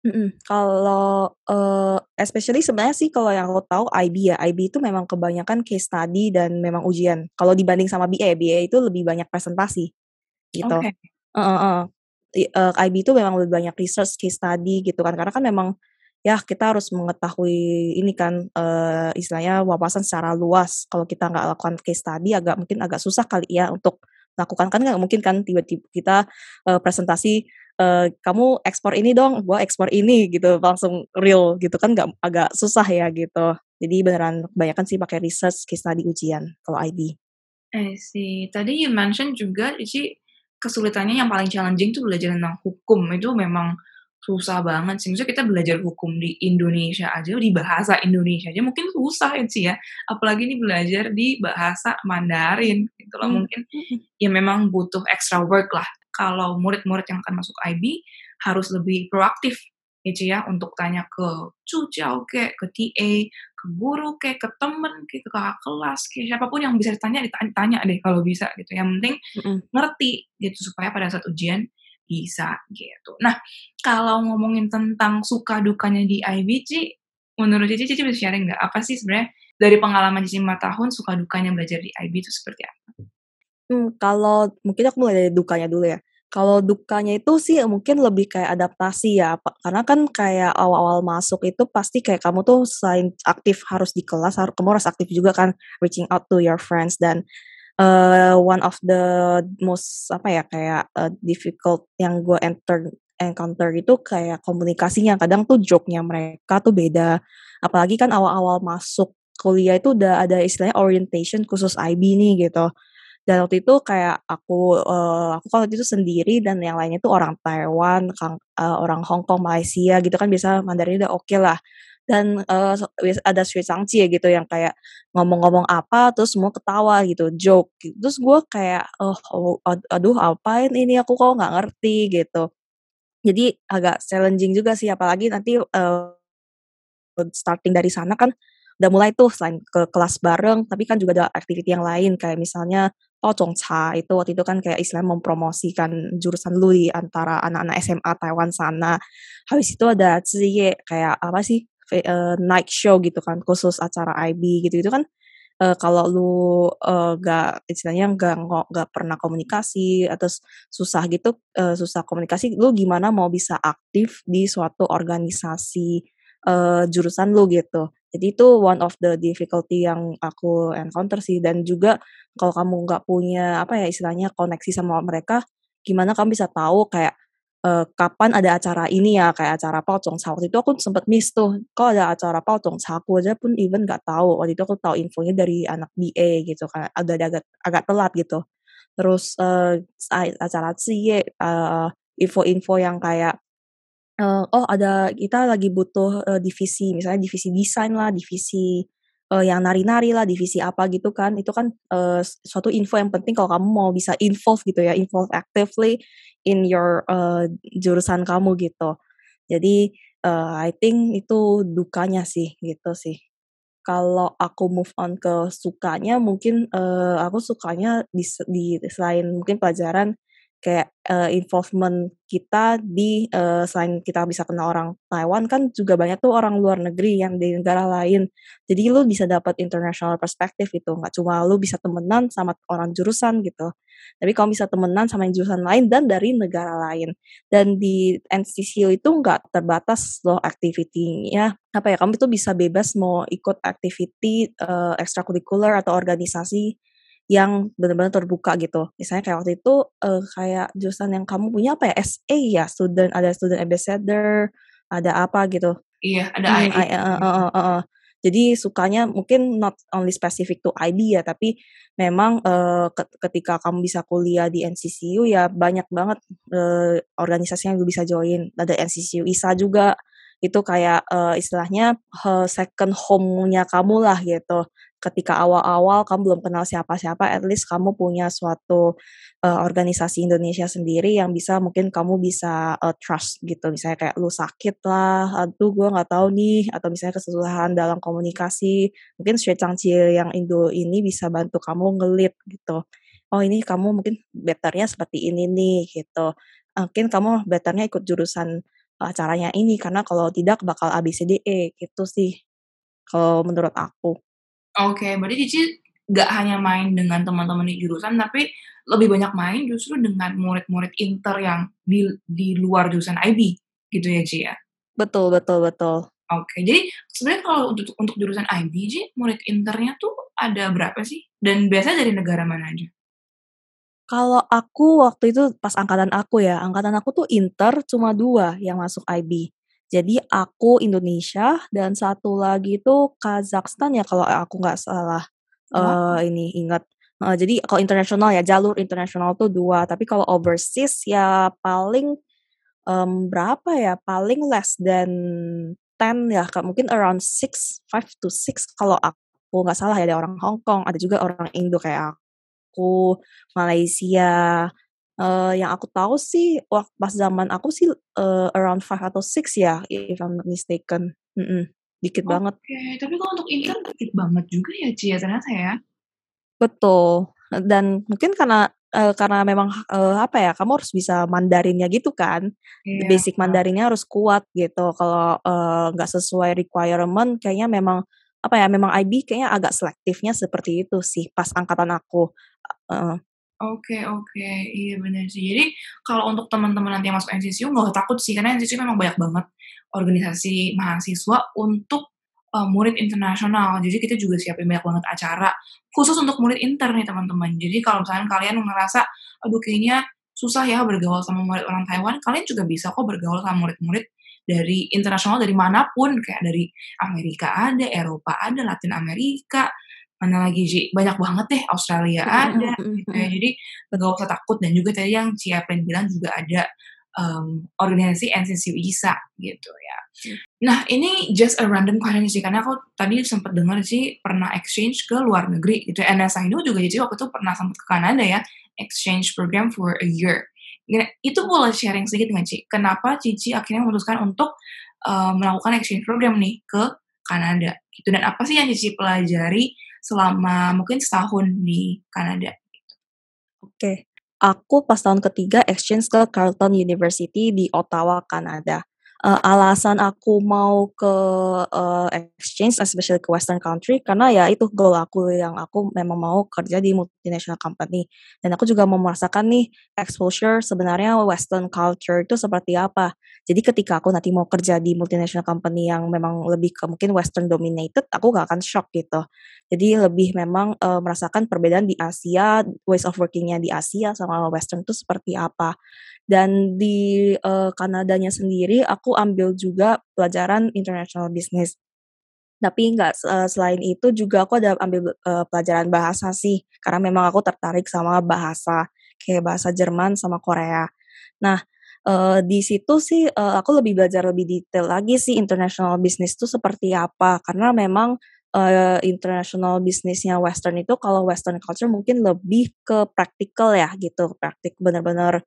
Mhm, kalau, eee, especially sebenarnya sih kalau yang aku tahu I B ya, I B itu memang kebanyakan case study dan memang ujian. Kalau dibanding sama B A, B A itu lebih banyak presentasi, gitu. Oke. Heeh heeh. I eee, I B itu memang lebih banyak research, case study gitu kan, karena kan memang, ya kita harus mengetahui ini kan, eee, istilahnya wawasan secara luas. Kalau kita nggak lakukan case study agak mungkin agak susah kali ya untuk lakukan, kan nggak mungkin kan tiba-tiba kita, eee, presentasi, eee, "Kamu ekspor ini dong, gua ekspor ini," gitu, langsung real gitu kan nggak agak susah ya gitu. Jadi beneran kebanyakan sih pakai research, case study, ujian kalau I B. I see. Tadi you mention juga isi kesulitannya yang paling challenging tuh belajar tentang hukum, itu memang susah banget sih. Maksudnya kita belajar hukum di Indonesia aja, di bahasa Indonesia aja mungkin susah ya sih ya, apalagi nih belajar di bahasa Mandarin gitu loh. Mmm, Mungkin mhm. ya memang butuh extra work lah. Kalau murid-murid yang akan masuk I B harus lebih proaktif gitu ya, untuk tanya ke Cuciau kek, ke T A, ke guru kek, ke temen kek, ke kakak kelas kek, siapa pun yang bisa ditanya, ditan tanya deh kalau bisa gitu. Yang penting Mhm. ngerti gitu, supaya pada saat ujian bisa gitu. Nah, kalau ngomongin tentang suka dukanya di I B, Ci, menurut Cici, Cici bisa sharing nggak, apa sih sebenarnya dari pengalaman Cici lima tahun suka dukanya belajar di I B itu seperti apa? Mmm, kalau mungkin aku mulai dari dukanya dulu ya. Kalau dukanya itu sih mungkin lebih kayak adaptasi ya, pa karena kan kayak awal-awal masuk itu pasti kayak kamu tuh selain aktif harus di kelas, har kamu harus aktif juga kan reaching out to your friends dan, eee, one of the most apa ya, kayak, eee, difficult yang gue enter encounter itu kayak komunikasinya. Kadang tuh joke-nya mereka tuh beda. Apalagi kan awal-awal masuk kuliah itu udah ada istilahnya orientation khusus I B nih gitu. Dan waktu itu kayak aku, eee, aku kan waktu itu sendiri dan yang lainnya tuh orang Taiwan, kang eee, orang Hong Kong, Malaysia gitu kan biasa Mandarinnya udah oke lah. Dan, eee, se bias ada ya gitu yang kayak ngomong-ngomong apa terus semua ketawa gitu, joke gitu. Terus gue kayak, oh oh, ad aduh apain ini aku kok nggak ngerti gitu. Jadi agak challenging juga sih apalagi nanti, eee, starting dari sana kan udah mulai tuh selain ke kelas bareng, tapi kan juga ada activity yang lain kayak misalnya Pao-Zhong-Cha itu waktu itu kan kayak istilahnya mempromosikan jurusan lu di antara anak-anak S M A Taiwan sana. Habis itu ada Ziye kayak apa sih, fe eee, night show gitu kan khusus acara I B gitu-gitu kan, eee, kalau lu, eee, nggak istilahnya nggak ngo nggak pernah komunikasi atau s susah gitu, eee, susah komunikasi, lu gimana mau bisa aktif di suatu organisasi, eee, jurusan lu gitu. Jadi itu one of the difficulty yang aku encounter sih dan juga kalau kamu nggak punya apa ya, istilahnya koneksi sama mereka, gimana kamu bisa tahu kayak, eee, kapan ada acara ini ya, kayak acara Pao-Zhong-Cha. Waktu itu aku sempet miss tuh, kok ada acara Pao-Zhong-Cha, aku aja pun even nggak tahu. Waktu itu aku tahu infonya dari anak B A gitu kan, agak agak agak telat gitu. Terus, eee, ai acara Ziye, eee, info-info yang kayak, eee, oh ada kita lagi butuh, eee, divisi, misalnya divisi desain lah, divisi, eee, yang nari-nari lah, divisi apa gitu kan. Itu kan, eee, s suatu info yang penting kalau kamu mau bisa involve gitu ya, involve actively in your, eee, jurusan kamu gitu. Jadi, eee, I think itu dukanya sih, gitu sih. Kalau aku move on ke sukanya mungkin, eee, aku sukanya dis di selain mungkin pelajaran kayak, eee, involvement kita di, eee, selain kita bisa kenal orang Taiwan kan juga banyak tuh orang luar negeri yang di negara lain. Jadi lu bisa dapat international perspective gitu, nggak cuma lu bisa temenan sama orang jurusan gitu. Tapi kamu bisa temenan sama yang jurusan lain dan dari negara lain. Dan di N C C U itu nggak terbatas loh activity-nya, apa ya, kamu tuh bisa bebas mau ikut activity, eee, ekstrakurikuler atau organisasi yang bener-bener terbuka gitu. Misalnya kayak waktu itu, eee, kayak jurusan yang kamu punya apa ya, S A ya? Student ada student ambassador, ada apa gitu. Iya, ada Mhm, I A ai heeh juga. heeh heeh. Jadi sukanya mungkin not only specific to I B ya, tapi memang, eee, ket ketika kamu bisa kuliah di N C C U ya banyak banget, eee, organisasi yang lu bisa join. Ada N C C U I S A juga, itu kayak, eee, istilahnya, eee, second home-nya kamulah gitu. Ketika awal-awal kamu belum kenal siapa-siapa, at least kamu punya suatu, eee, organisasi Indonesia sendiri yang bisa mungkin kamu bisa, eee, trust gitu. Misalnya kayak lu sakit lah, "Aduh gua nggak tahu nih," atau misalnya kesusahan dalam komunikasi, mungkin yang Indo ini bisa bantu kamu nge-lead gitu. "Oh ini kamu mungkin better-nya seperti ini nih," gitu. Mungkin kamu better-nya ikut jurusan acaranya ini, karena kalau tidak bakal A B C D E, gitu sih, kalau menurut aku. Oke, berarti Cici nggak hanya main dengan teman-teman di jurusan, tapi lebih banyak main justru dengan murid-murid inter yang di di luar jurusan I B, gitu ya, Ci, ya? Betul betul betul. Oke, jadi sebenarnya kalau untuk untuk jurusan I B, Ci, murid internya tuh ada berapa sih? Dan biasanya dari negara mana aja? Kalau aku waktu itu pas angkatan aku ya, angkatan aku tuh inter cuma dua yang masuk I B. Jadi aku Indonesia dan satu lagi itu Kazakhstan ya kalau aku nggak salah, Wow. eee, ini ingat. Heeh, jadi kalau internasional ya, jalur internasional tuh dua, tapi kalau overseas ya paling, mmm, berapa ya, paling less than ten ya, Kak, mungkin around six, five to six kalau aku nggak salah ya, ada orang Hong Kong, ada juga orang Indo kayak aku, Malaysia, eee, yang aku tahu sih wak pas zaman aku sih, eee, around five atau six ya, if I'm not mistaken, mhm, dikit banget. Oke, tapi kalau untuk inter dikit banget juga ya, Ci, ya, ternyata ya? Betul, e dan mungkin karena, eee, karena memang, eee, apa ya, kamu harus bisa Mandarinnya gitu kan, Iya. basic Mandarinnya harus kuat gitu, kalau, eee, nggak sesuai requirement kayaknya memang, apa ya, memang I B kayaknya agak selektifnya seperti itu sih pas angkatan aku, e heeh. Oke oke, iya bener sih. Jadi kalau untuk teman-teman nanti yang masuk N C C U nggak usah takut sih, karena N C C U memang banyak banget organisasi mahasiswa untuk, eee, murid internasional. Jadi kita juga siapin banyak banget acara khusus untuk murid inter nih teman-teman. Jadi kalau misalkan kalian ngerasa, "Aduh kayaknya susah ya bergaul sama murid orang Taiwan," kalian juga bisa kok bergaul sama murid-murid dari internasional dari mana pun, kayak dari Amerika ada, Eropa ada, Latin Amerika, mana lagi, Ci, banyak banget deh, Australia Mhm ada, mhm mhm gitu ya. mhm. Jadi Bet nggak usah takut dan juga tadi yang Ci April bilang juga ada, mmm, organisasi N C C U ISA gitu ya. Mmm. Nah ini just a random question sih, karena aku tadi sempet denger Ci pernah exchange ke luar negeri gitu ya, and as I know juga Cici waktu itu pernah sempet ke Kanada ya, exchange program for a year. Gina itu boleh sharing sedikit nggak, Ci? Kenapa Cici akhirnya memutuskan untuk, eee, melakukan exchange program nih ke Kanada gitu, dan apa sih yang Cici pelajari selama mungkin setahun di Kanada gitu? Oke, aku pas tahun ketiga exchange ke Carleton University di Ottawa, Kanada. Eee, alasan aku mau ke, eee, exchange especially ke western country karena ya itu goal aku yang aku memang mau kerja di multinational company, dan aku juga mau merasakan nih exposure sebenarnya western culture itu seperti apa. Jadi ketika aku nanti mau kerja di multinational company yang memang lebih ke mungkin western dominated, aku nggak akan shock gitu. Jadi lebih memang, eee, merasakan perbedaan di Asia, ways of working-nya di Asia sama western itu seperti apa. Dan di, eee, Kanadanya sendiri aku ambil juga pelajaran international business. Tapi nggak se eee, selain itu juga aku ada ambil, eee, pelajaran bahasa sih, karena memang aku tertarik sama bahasa, kayak bahasa Jerman sama Korea. Nah, eee, di situ sih, eee, aku lebih belajar lebih detail lagi sih international business itu seperti apa, karena memang, eee, international business-nya western itu kalau western culture mungkin lebih ke praktikal ya gitu, praktik bener-bener,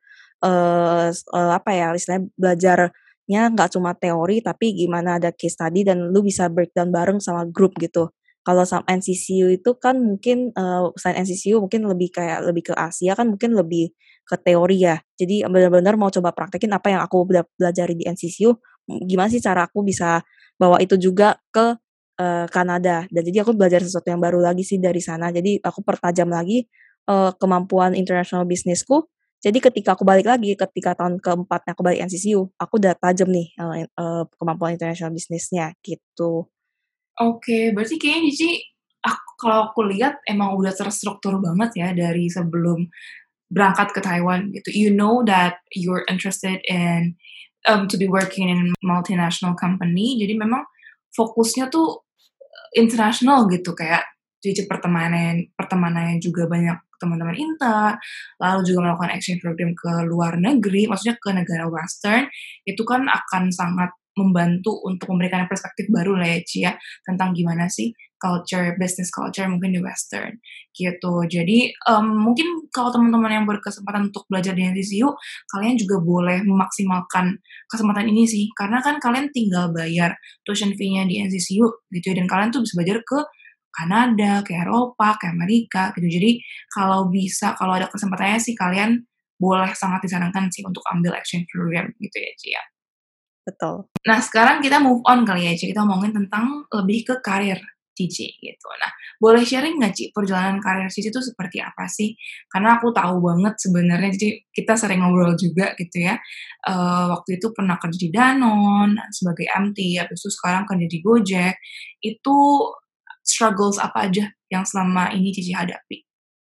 eee, s eee, apa ya, istilahnya belajarnya nggak cuma teori tapi gimana ada case study dan lu bisa breakdown bareng sama grup gitu. Kalau sama N C C U itu kan mungkin, eee, selain N C C U mungkin lebih kayak lebih ke Asia kan mungkin lebih ke teori ya. Jadi bener-bener mau coba praktekin apa yang aku bela pelajari di N C C U, m gimana sih cara aku bisa bawa itu juga ke, eee, Kanada, dan jadi aku belajar sesuatu yang baru lagi sih dari sana. Jadi aku pertajam lagi, eee, kemampuan international business-ku, jadi ketika aku balik lagi, ketika tahun keempatnya aku balik N C C U, aku udah tajam nih, eee eee, kemampuan international business-nya, gitu. Oke, berarti kayaknya Cici, ak kalau aku lihat emang udah terstruktur banget ya dari sebelum berangkat ke Taiwan gitu. You know that you're interested in, um, to be working in multinational company, jadi memang fokusnya tuh, eee, international gitu, kayak Cici pertemanen pertemanannya juga banyak teman-teman inter, lalu juga melakukan exchange program ke luar negeri, maksudnya ke negara western, itu kan akan sangat membantu untuk memberikan perspektif baru lah ya, Ci, ya, tentang gimana sih culture, business culture mungkin di western, gitu. Jadi, mmm, mungkin kalau teman-teman yang berkesempatan untuk belajar di N C C U, kalian juga boleh memaksimalkan kesempatan ini sih, karena kan kalian tinggal bayar tuition fee-nya di N C C U gitu ya, dan kalian tuh bisa belajar ke Kanada, ke Eropa, ke Amerika gitu. Jadi kalau bisa, kalau ada kesempatannya sih kalian boleh sangat disarankan sih untuk ambil exchange program gitu ya, Ci, ya. betul. Nah, sekarang kita move on kali ya, Ci, kita ngomongin tentang lebih ke karir Cici gitu. Nah, boleh sharing nggak, Ci, perjalanan karir Cici itu seperti apa sih? Karena aku tahu banget sebenarnya, Cici, kita sering ngobrol juga gitu ya. Eee, waktu itu pernah kerja di Danone sebagai M T, habis itu sekarang kerja di Gojek. Itu struggles apa aja yang selama ini Cici hadapi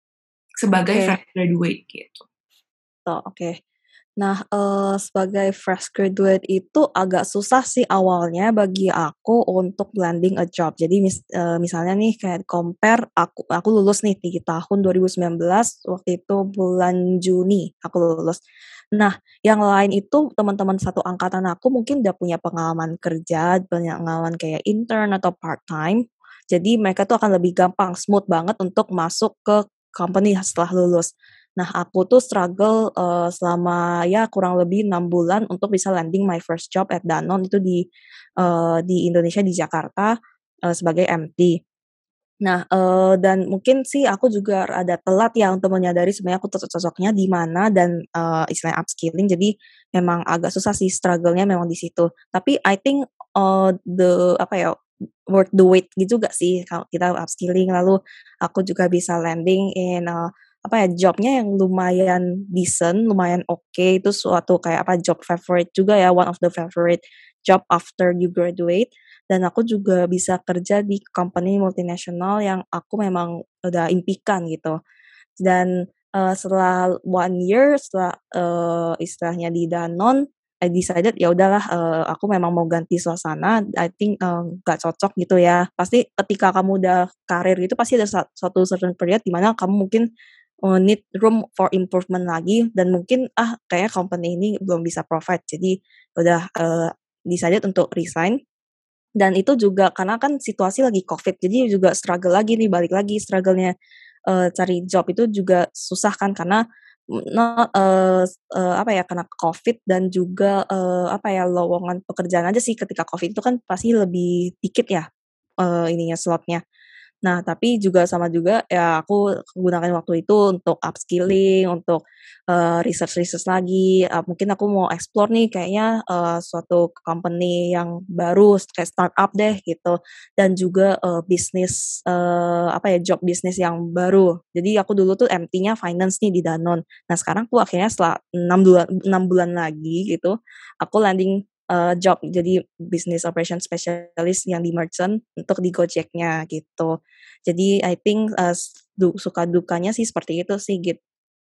sebagai Oke. fresh graduate gitu? Oh, oke. Nah, eee, sebagai fresh graduate itu agak susah sih awalnya bagi aku untuk landing a job. Jadi mis eee, misalnya nih kayak compare aku aku lulus nih di tahun dua ribu sembilan belas, waktu itu bulan Juni aku lulus. Nah, yang lain itu teman-teman satu angkatan aku mungkin udah punya pengalaman kerja, punya pengalaman kayak intern atau part-time. Jadi mereka tuh akan lebih gampang, smooth banget untuk masuk ke company setelah lulus. Nah, aku tuh struggle, eee, selama ya kurang lebih enam bulan untuk bisa landing my first job at Danone itu di, eee, di Indonesia, di Jakarta, eee, sebagai M T. Nah, eee, dan mungkin sih aku juga rada telat ya untuk menyadari sebenarnya aku cocok-cocoknya di mana dan, eee, istilahnya upskilling, jadi memang agak susah sih struggle-nya memang di situ. Tapi I think, eee, the apa ya, worth the wait gitu juga sih kalau kita upskilling, lalu aku juga bisa landing in, eee, apa ya, job-nya yang lumayan decent, lumayan oke, itu suatu kayak apa, job favorite juga ya, one of the favorite job after you graduate. Dan aku juga bisa kerja di company multinasional yang aku memang udah impikan gitu. Dan, eee, setelah one year setelah, eee, istilahnya di Danone, I decided ya udahlah, eee, aku memang mau ganti suasana, I think, eee, nggak cocok gitu ya. Pasti ketika kamu udah karir gitu pasti ada sa suatu certain period di mana kamu mungkin, eee, need room for improvement lagi dan mungkin, ah kayaknya company ini belum bisa provide. Jadi udah, eee, decided untuk resign. Dan itu juga karena kan situasi lagi Covid, jadi juga struggle lagi nih, balik lagi struggle-nya, eee, cari job itu juga susah kan karena, m no eee, s eee, apa ya, karena Covid dan juga, eee, apa ya, lowongan pekerjaan aja sih ketika Covid itu kan pasti lebih dikit ya, eee, ininya slotnya. Nah, tapi juga sama juga ya aku gunakan waktu itu untuk upskilling, untuk, eee, research-research lagi, eee, mungkin aku mau explore nih kayaknya, eee, suatu company yang baru kayak startup deh gitu, dan juga, eee, bisnis, eee, apa ya, job bisnis yang baru. Jadi aku dulu tuh M T-nya finance nih di Danone. Nah, sekarang aku akhirnya setelah enam bulan enam bulan lagi gitu, aku landing, eee, job jadi business operation specialist yang di merchant untuk di Gojeknya gitu. Jadi I think, eee, s du suka dukanya sih seperti itu sih git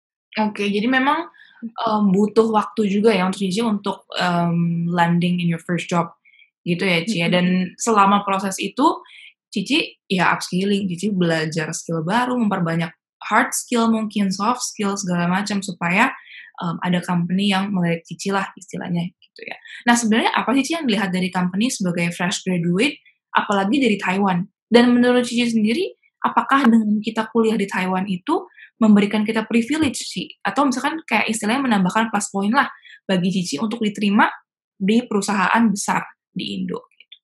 Oke, jadi memang, mmm, butuh waktu juga ya untuk Cici untuk, mmm, landing in your first job gitu ya, Ci, ya. mhm. Dan selama proses itu Cici ya upskilling, Cici belajar skill baru, memperbanyak hard skill mungkin, soft skill, segala macam supaya, mmm, ada company yang melihat Cici lah istilahnya gitu ya. Nah, sebenarnya apa sih, Ci, yang dilihat dari company sebagai fresh graduate, apalagi dari Taiwan? Dan menurut Cici sendiri, apakah dengan kita kuliah di Taiwan itu memberikan kita privilege sih, atau misalkan kayak istilahnya menambahkan plus point lah bagi Cici untuk diterima di perusahaan besar di Indo.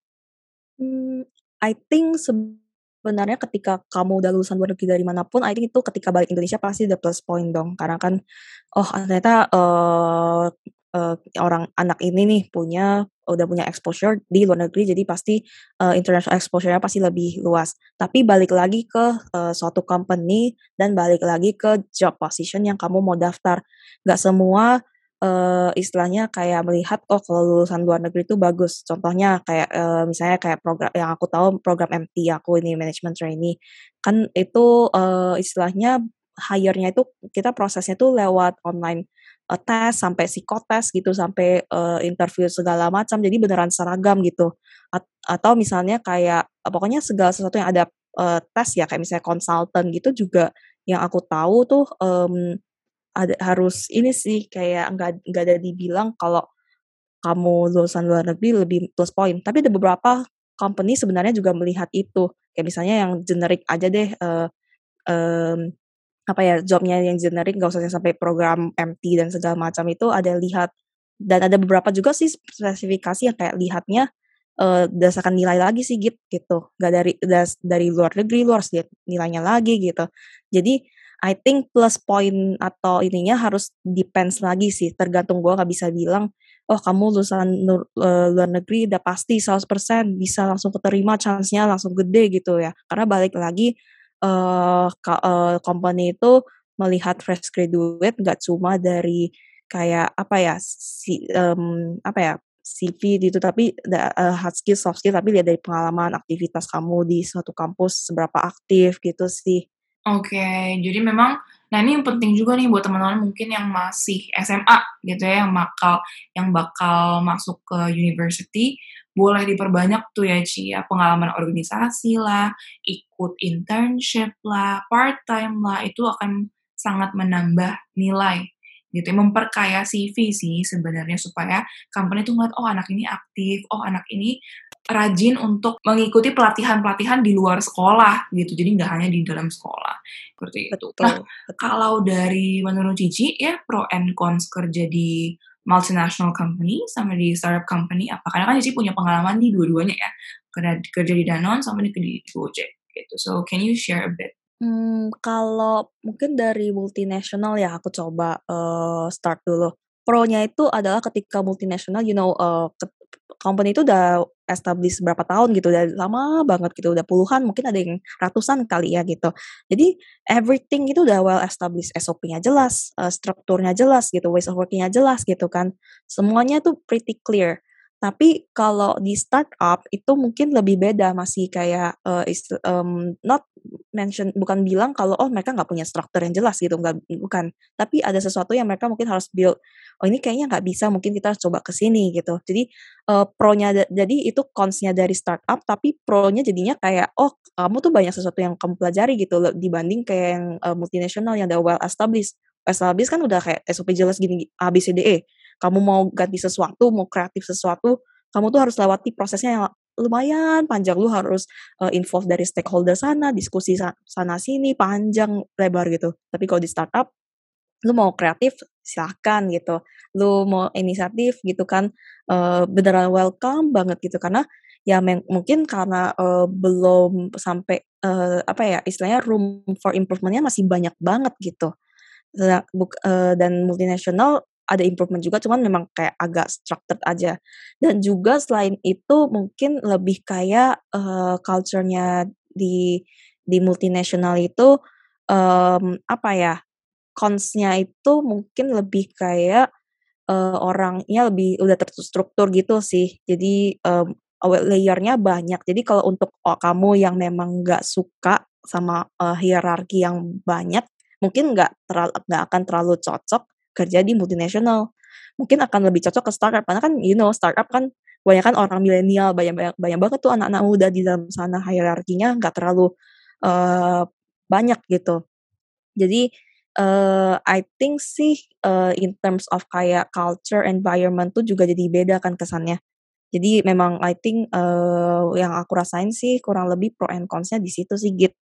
Mmm, I think sebenarnya ketika kamu udah lulusan luar negeri dari mana pun, I think itu ketika balik Indonesia pasti ada plus point dong. Karena kan, oh ternyata, eee eee, orang anak ini nih punya udah punya exposure di luar negeri, jadi pasti, eee, international exposure-nya pasti lebih luas. Tapi balik lagi ke, eee, suatu company dan balik lagi ke job position yang kamu mau daftar. Nggak semua, eee, istilahnya kayak melihat, oh kalau lulusan luar negeri itu bagus. Contohnya kayak, eee, misalnya kayak program yang aku tahu program M T aku ini, management trainee. Kan itu, eee, istilahnya hire-nya itu kita prosesnya tuh lewat online, eee, tes sampai psikotes gitu, sampai, eee, interview segala macam, jadi beneran seragam gitu. At atau misalnya kayak, eee, pokoknya segala sesuatu yang ada, eee, tes ya, kayak misalnya konsultan gitu juga yang aku tahu tuh, mmm ada harus ini sih, kayak nggak nggak ada dibilang kalau kamu lulusan luar negeri lebih plus point, tapi ada beberapa company sebenarnya juga melihat itu. Kayak misalnya yang generik aja deh, eee, mmm, apa ya, job-nya yang generik nggak usah yang sampai program M T dan segala macam itu ada lihat. Dan ada beberapa juga sih spesifikasi yang kayak lihatnya, eee, berdasarkan nilai lagi sih git gitu, nggak dari das dari luar negeri, lu harus lihat nilainya lagi gitu. Jadi I think plus point atau ininya harus depends lagi sih, tergantung gua nggak bisa bilang, oh kamu lulusan nur eee, luar negeri udah pasti seratus persen bisa langsung keterima, chance-nya langsung gede gitu ya. Karena balik lagi, eee, ka eee, company itu melihat fresh graduate nggak cuma dari kayak apa ya, si mmm, apa ya, C V gitu, tapi da eee, hard skill, soft skill, tapi lihat dari pengalaman aktivitas kamu di suatu kampus seberapa aktif gitu sih. Oke, jadi memang nah ini yang penting juga nih buat teman-teman mungkin yang masih S M A gitu ya, yang bakal yang bakal masuk ke university, boleh diperbanyak tuh ya Ci ya, pengalaman organisasi lah, ikut internship lah, part-time lah, itu akan sangat menambah nilai gitu ya, memperkaya C V sih sebenarnya supaya company tuh ngeliat, "Oh anak ini aktif, oh anak ini rajin untuk mengikuti pelatihan-pelatihan di luar sekolah," gitu, jadi nggak hanya di dalam sekolah, seperti itu. Nah, Betul, betul. kalau dari menurut Cici ya pro and cons kerja di multinational company sama di startup company apa? Karena kan Cici punya pengalaman di dua-duanya ya, kerja kerja di Danone sama di di Gojek gitu. So, can you share a bit? Mmm, kalau mungkin dari multinasional ya aku coba, eee, start dulu. Pro-nya itu adalah ketika multinasional, you know, eee, ket company itu udah established berapa tahun gitu, udah lama banget gitu, udah puluhan, mungkin ada yang ratusan kali ya gitu. Jadi everything itu udah well established, S O P-nya jelas, eee, strukturnya jelas gitu, ways of working-nya jelas gitu kan. Semuanya tuh pretty clear. Tapi kalau di startup itu mungkin lebih beda, masih kayak, eee, is mmm, not mention bukan bilang kalau, oh mereka nggak punya struktur yang jelas gitu, nggak bukan. Tapi ada sesuatu yang mereka mungkin harus build, "Oh ini kayaknya nggak bisa, mungkin kita harus coba ke sini," gitu. Jadi, eee, pro-nya da jadi itu cons-nya dari startup, tapi pro-nya jadinya kayak, oh kamu tuh banyak sesuatu yang kamu pelajari gitu loh, dibanding kayak yang, eee, multinasional yang udah well established. Established kan udah kayak S O P jelas gini, A, B, C, D, E. Kamu mau ganti sesuatu, mau kreatif sesuatu, kamu tuh harus lewati prosesnya yang lumayan panjang. Lu harus, eee, involve dari stakeholder sana, diskusi sa sana sini, panjang lebar gitu. Tapi kalau di startup, lu mau kreatif silahkan gitu, lu mau inisiatif gitu kan, eee, beneran welcome banget gitu. Karena ya meng mungkin karena, eee, belum sampai, eee, apa ya, istilahnya room for improvement-nya masih banyak banget gitu. Lea buk eee, dan multinasional ada improvement juga, cuman memang kayak agak structured aja. Dan juga selain itu mungkin lebih kayak, eee, culture-nya di di multinasional itu, mmm, apa ya, cons-nya itu mungkin lebih kayak, eee, orangnya lebih udah terstruktur gitu sih. Jadi, mmm, awe layer-nya banyak. Jadi kalau untuk o kamu yang memang nggak suka sama, eee, hierarki yang banyak, mungkin nggak teral nggak akan terlalu cocok kerja di multinasional. Mungkin akan lebih cocok ke startup, karena kan you know startup kan kebanyakan orang milenial, banyak banyak banyak banget tuh anak-anak muda di dalam sana, hierarkinya nggak terlalu, eee, banyak gitu. Jadi, eee, I think sih, eee, in terms of kayak culture, environment tuh juga jadi beda kan kesannya. Jadi memang I think, eee, yang aku rasain sih kurang lebih pro and cons-nya di situ sih, Git.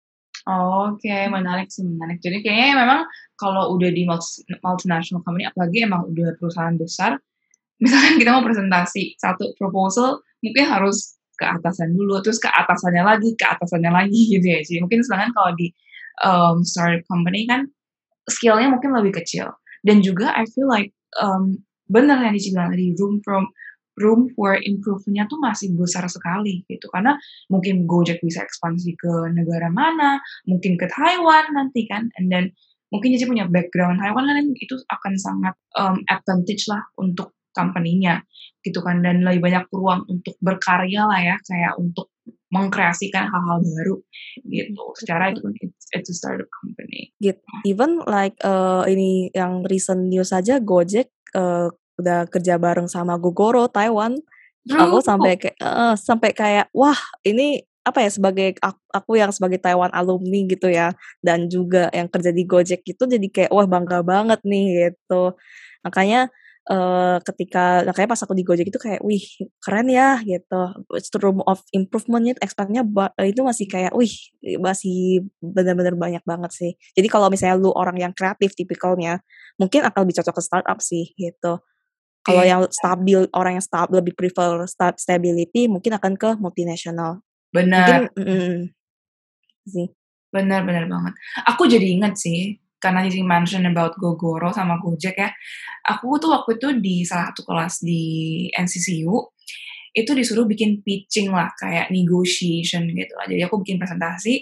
Oke, menarik sih, menarik. Jadi kayaknya memang kalau udah di multi multinational company, apalagi emang udah perusahaan besar, misalkan kita mau presentasi satu proposal, mungkin harus ke atasan dulu, terus ke atasannya lagi, ke atasannya lagi gitu ya sih. Mungkin sedangkan kalau di, mmm, startup company kan skill-nya mungkin lebih kecil. Dan juga I feel like, mmm, bener yang Cici bilang tadi, room from room for improvement-nya tuh masih besar sekali gitu. Karena mungkin Gojek bisa ekspansi ke negara mana, mungkin ke Taiwan nanti kan, and then mungkin Cici punya background Taiwan kan itu akan sangat, mmm, advantage lah untuk company-nya gitu kan, dan lebih banyak peluang untuk berkarya lah ya, kayak untuk mengkreasikan hal-hal baru gitu. Secara itu kan it's it's a startup company. Git. Even like, eee, ini yang recent news aja Gojek, eee, udah kerja bareng sama Gogoro Taiwan. True. Aku sampai kayak heeh, sampai kayak, wah ini apa ya, sebagai ak aku yang sebagai Taiwan alumni gitu ya, dan juga yang kerja di Gojek itu jadi kayak, wah bangga banget nih gitu. Makanya, eee, ketika makanya pas aku di Gojek itu kayak, wih keren ya gitu, room of improvement-nya, expand-nya ba eee, itu masih kayak, wih masih bener-bener banyak banget sih. Jadi kalau misalnya lu orang yang kreatif tipikalnya, mungkin akan lebih cocok ke startup sih gitu. Kalau Iya, yang stabil, orang yang sta lebih prefer sta stability mungkin akan ke multinasional. bener. Mungkin mhm, sih. Bener bener banget. Aku jadi inget sih, karena Cici mention about Gogoro sama Gojek ya, aku tuh waktu itu di salah satu kelas di N C C U, itu disuruh bikin pitching lah, kayak negotiation gitu lah. Jadi aku bikin presentasi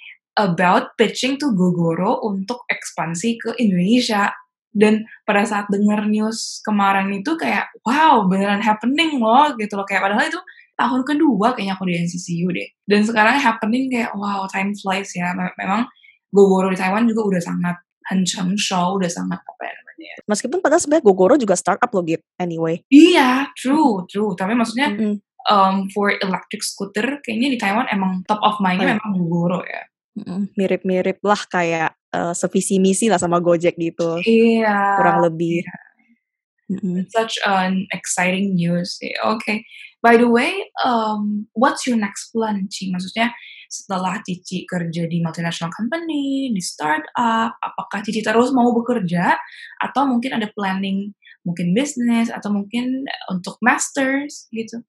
about pitching to Gogoro untuk ekspansi ke Indonesia. Dan pada saat denger news kemarin itu kayak, wow beneran happening loh gitu loh. Kayak padahal itu tahun kedua kayaknya aku di N C C U deh. Dan sekarang happening kayak, wow time flies ya. Memang Gogoro di Taiwan juga udah sangat Hancheng-shou, udah sangat apa ya namanya ya. Meskipun padahal sebenarnya Gogoro juga startup loh Git, anyway. Iya, true, true. Tapi maksudnya Mhm. um, for electric scooter kayaknya di Taiwan emang top of mind-nya Oh, iya. memang Gogoro ya. Mhm, mirip-mirip lah kayak, eee, sevisi misi lah sama Gojek gitu, Iya, kurang lebih. iya. Mhm. Such an exciting news sih. Oke. By the way, um, what's your next plan, Ci? Maksudnya setelah Cici kerja di multinational company, di startup, apakah Cici terus mau bekerja atau mungkin ada planning mungkin bisnis atau mungkin untuk masters gitu?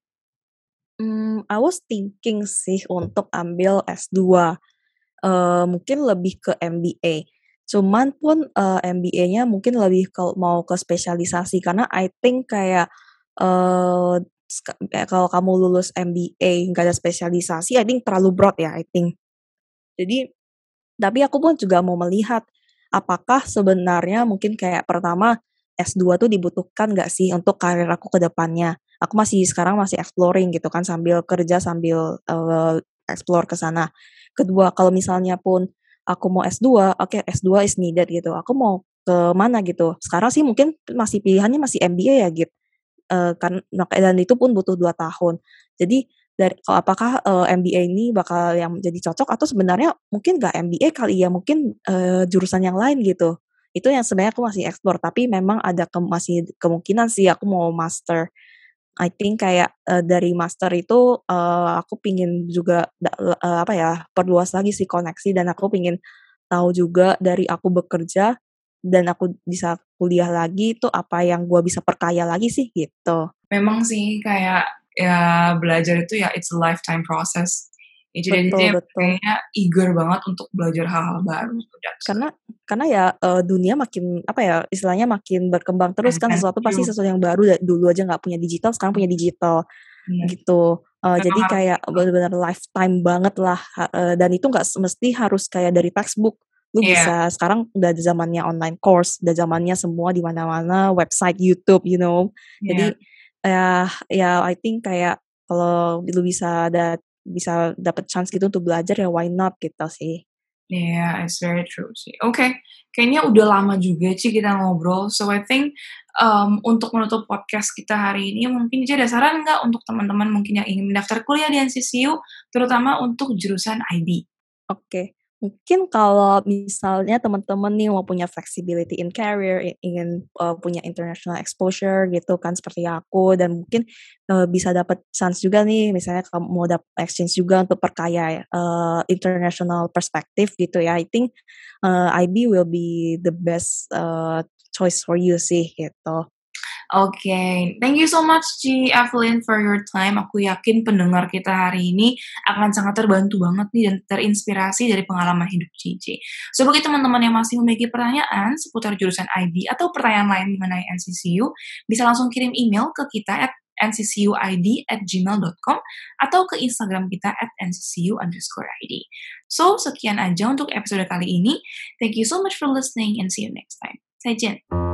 Mmm, I was thinking sih untuk ambil S dua, eee, mungkin lebih ke M B A. Cuman pun, eee, M B A-nya mungkin lebih ke mau ke spesialisasi karena I think kayak, eee, ska kayak kalau kamu lulus M B A nggak ada spesialisasi, I think terlalu broad ya, I think. Jadi tapi aku pun juga mau melihat, apakah sebenarnya mungkin kayak pertama, S dua tuh dibutuhkan nggak sih untuk karir aku ke depannya. Aku masih sekarang masih exploring gitu kan, sambil kerja, sambil, eee, explore ke sana. Kedua, kalau misalnya pun aku mau S dua, oke S dua is needed gitu, aku mau ke mana gitu. Sekarang sih mungkin masih pilihannya masih M B A ya, Git. Eee, kan nak dan itu pun butuh dua tahun. Jadi dari kalau apakah, eee, M B A ini bakal yang jadi cocok atau sebenarnya mungkin nggak M B A kali ya, mungkin, eee, jurusan yang lain gitu. Itu yang sebenarnya aku masih explore, tapi memang ada ke masih kemungkinan sih aku mau master. I think kayak, eee, dari master itu, eee, aku pengen juga da eee, apa ya, perluas lagi sih koneksi dan aku pengen tahu juga dari aku bekerja dan aku bisa kuliah lagi itu apa yang gua bisa perkaya lagi sih, gitu. Memang sih kayak, ya belajar itu ya it's a lifetime process. Ya jadi Betul, Cici betul. kayaknya eager banget untuk belajar hal-hal baru, so that's Karena good. karena ya, eee, dunia makin, apa ya, istilahnya makin berkembang terus kan, Advance sesuatu pasti you. sesuatu yang baru da dulu aja nggak punya digital, sekarang punya digital, Bener. gitu. Eee, Memang jadi harus kayak gitu. bener-bener lifetime banget lah, ha eee, dan itu nggak semesti harus kayak dari textbook. Lu Iya. bisa sekarang udah zamannya online course, udah zamannya semua di mana-mana, website, YouTube, you know. Iya. Jadi, yah ya I think kayak kalau lu bisa ada bisa dapet chance gitu untuk belajar ya why not gitu sih. Iya, it's very true sih. Oke, kayaknya udah lama juga Ci kita ngobrol, so I think, mmm, untuk menutup podcast kita hari ini mungkin Cici ada saran nggak untuk teman-teman mungkin yang ingin mendaftar kuliah di N C C U, terutama untuk jurusan I B? Oke, mungkin kalau misalnya teman-teman nih mau punya flexibility in career, i ingin, eee, punya international exposure gitu kan seperti aku dan mungkin, eee, bisa dapat chance juga nih misalnya kamu mau dap exchange juga untuk perkaya, eee, international perspective gitu ya, I think, eee, I B will be the best, eee, choice for you sih gitu. Oke, thank you so much Ci Evelyn for your time. Aku yakin pendengar kita hari ini akan sangat terbantu banget nih dan terinspirasi dari pengalaman hidup Cici. So bagi teman-teman yang masih memiliki pertanyaan seputar jurusan I B atau pertanyaan lain mengenai N C C U, bisa langsung kirim email ke kita at n c c u i d at gmail dot com atau ke Instagram kita at n c c u underscore i d. So, sekian aja untuk episode kali ini. Thank you so much for listening and see you next time. 再见.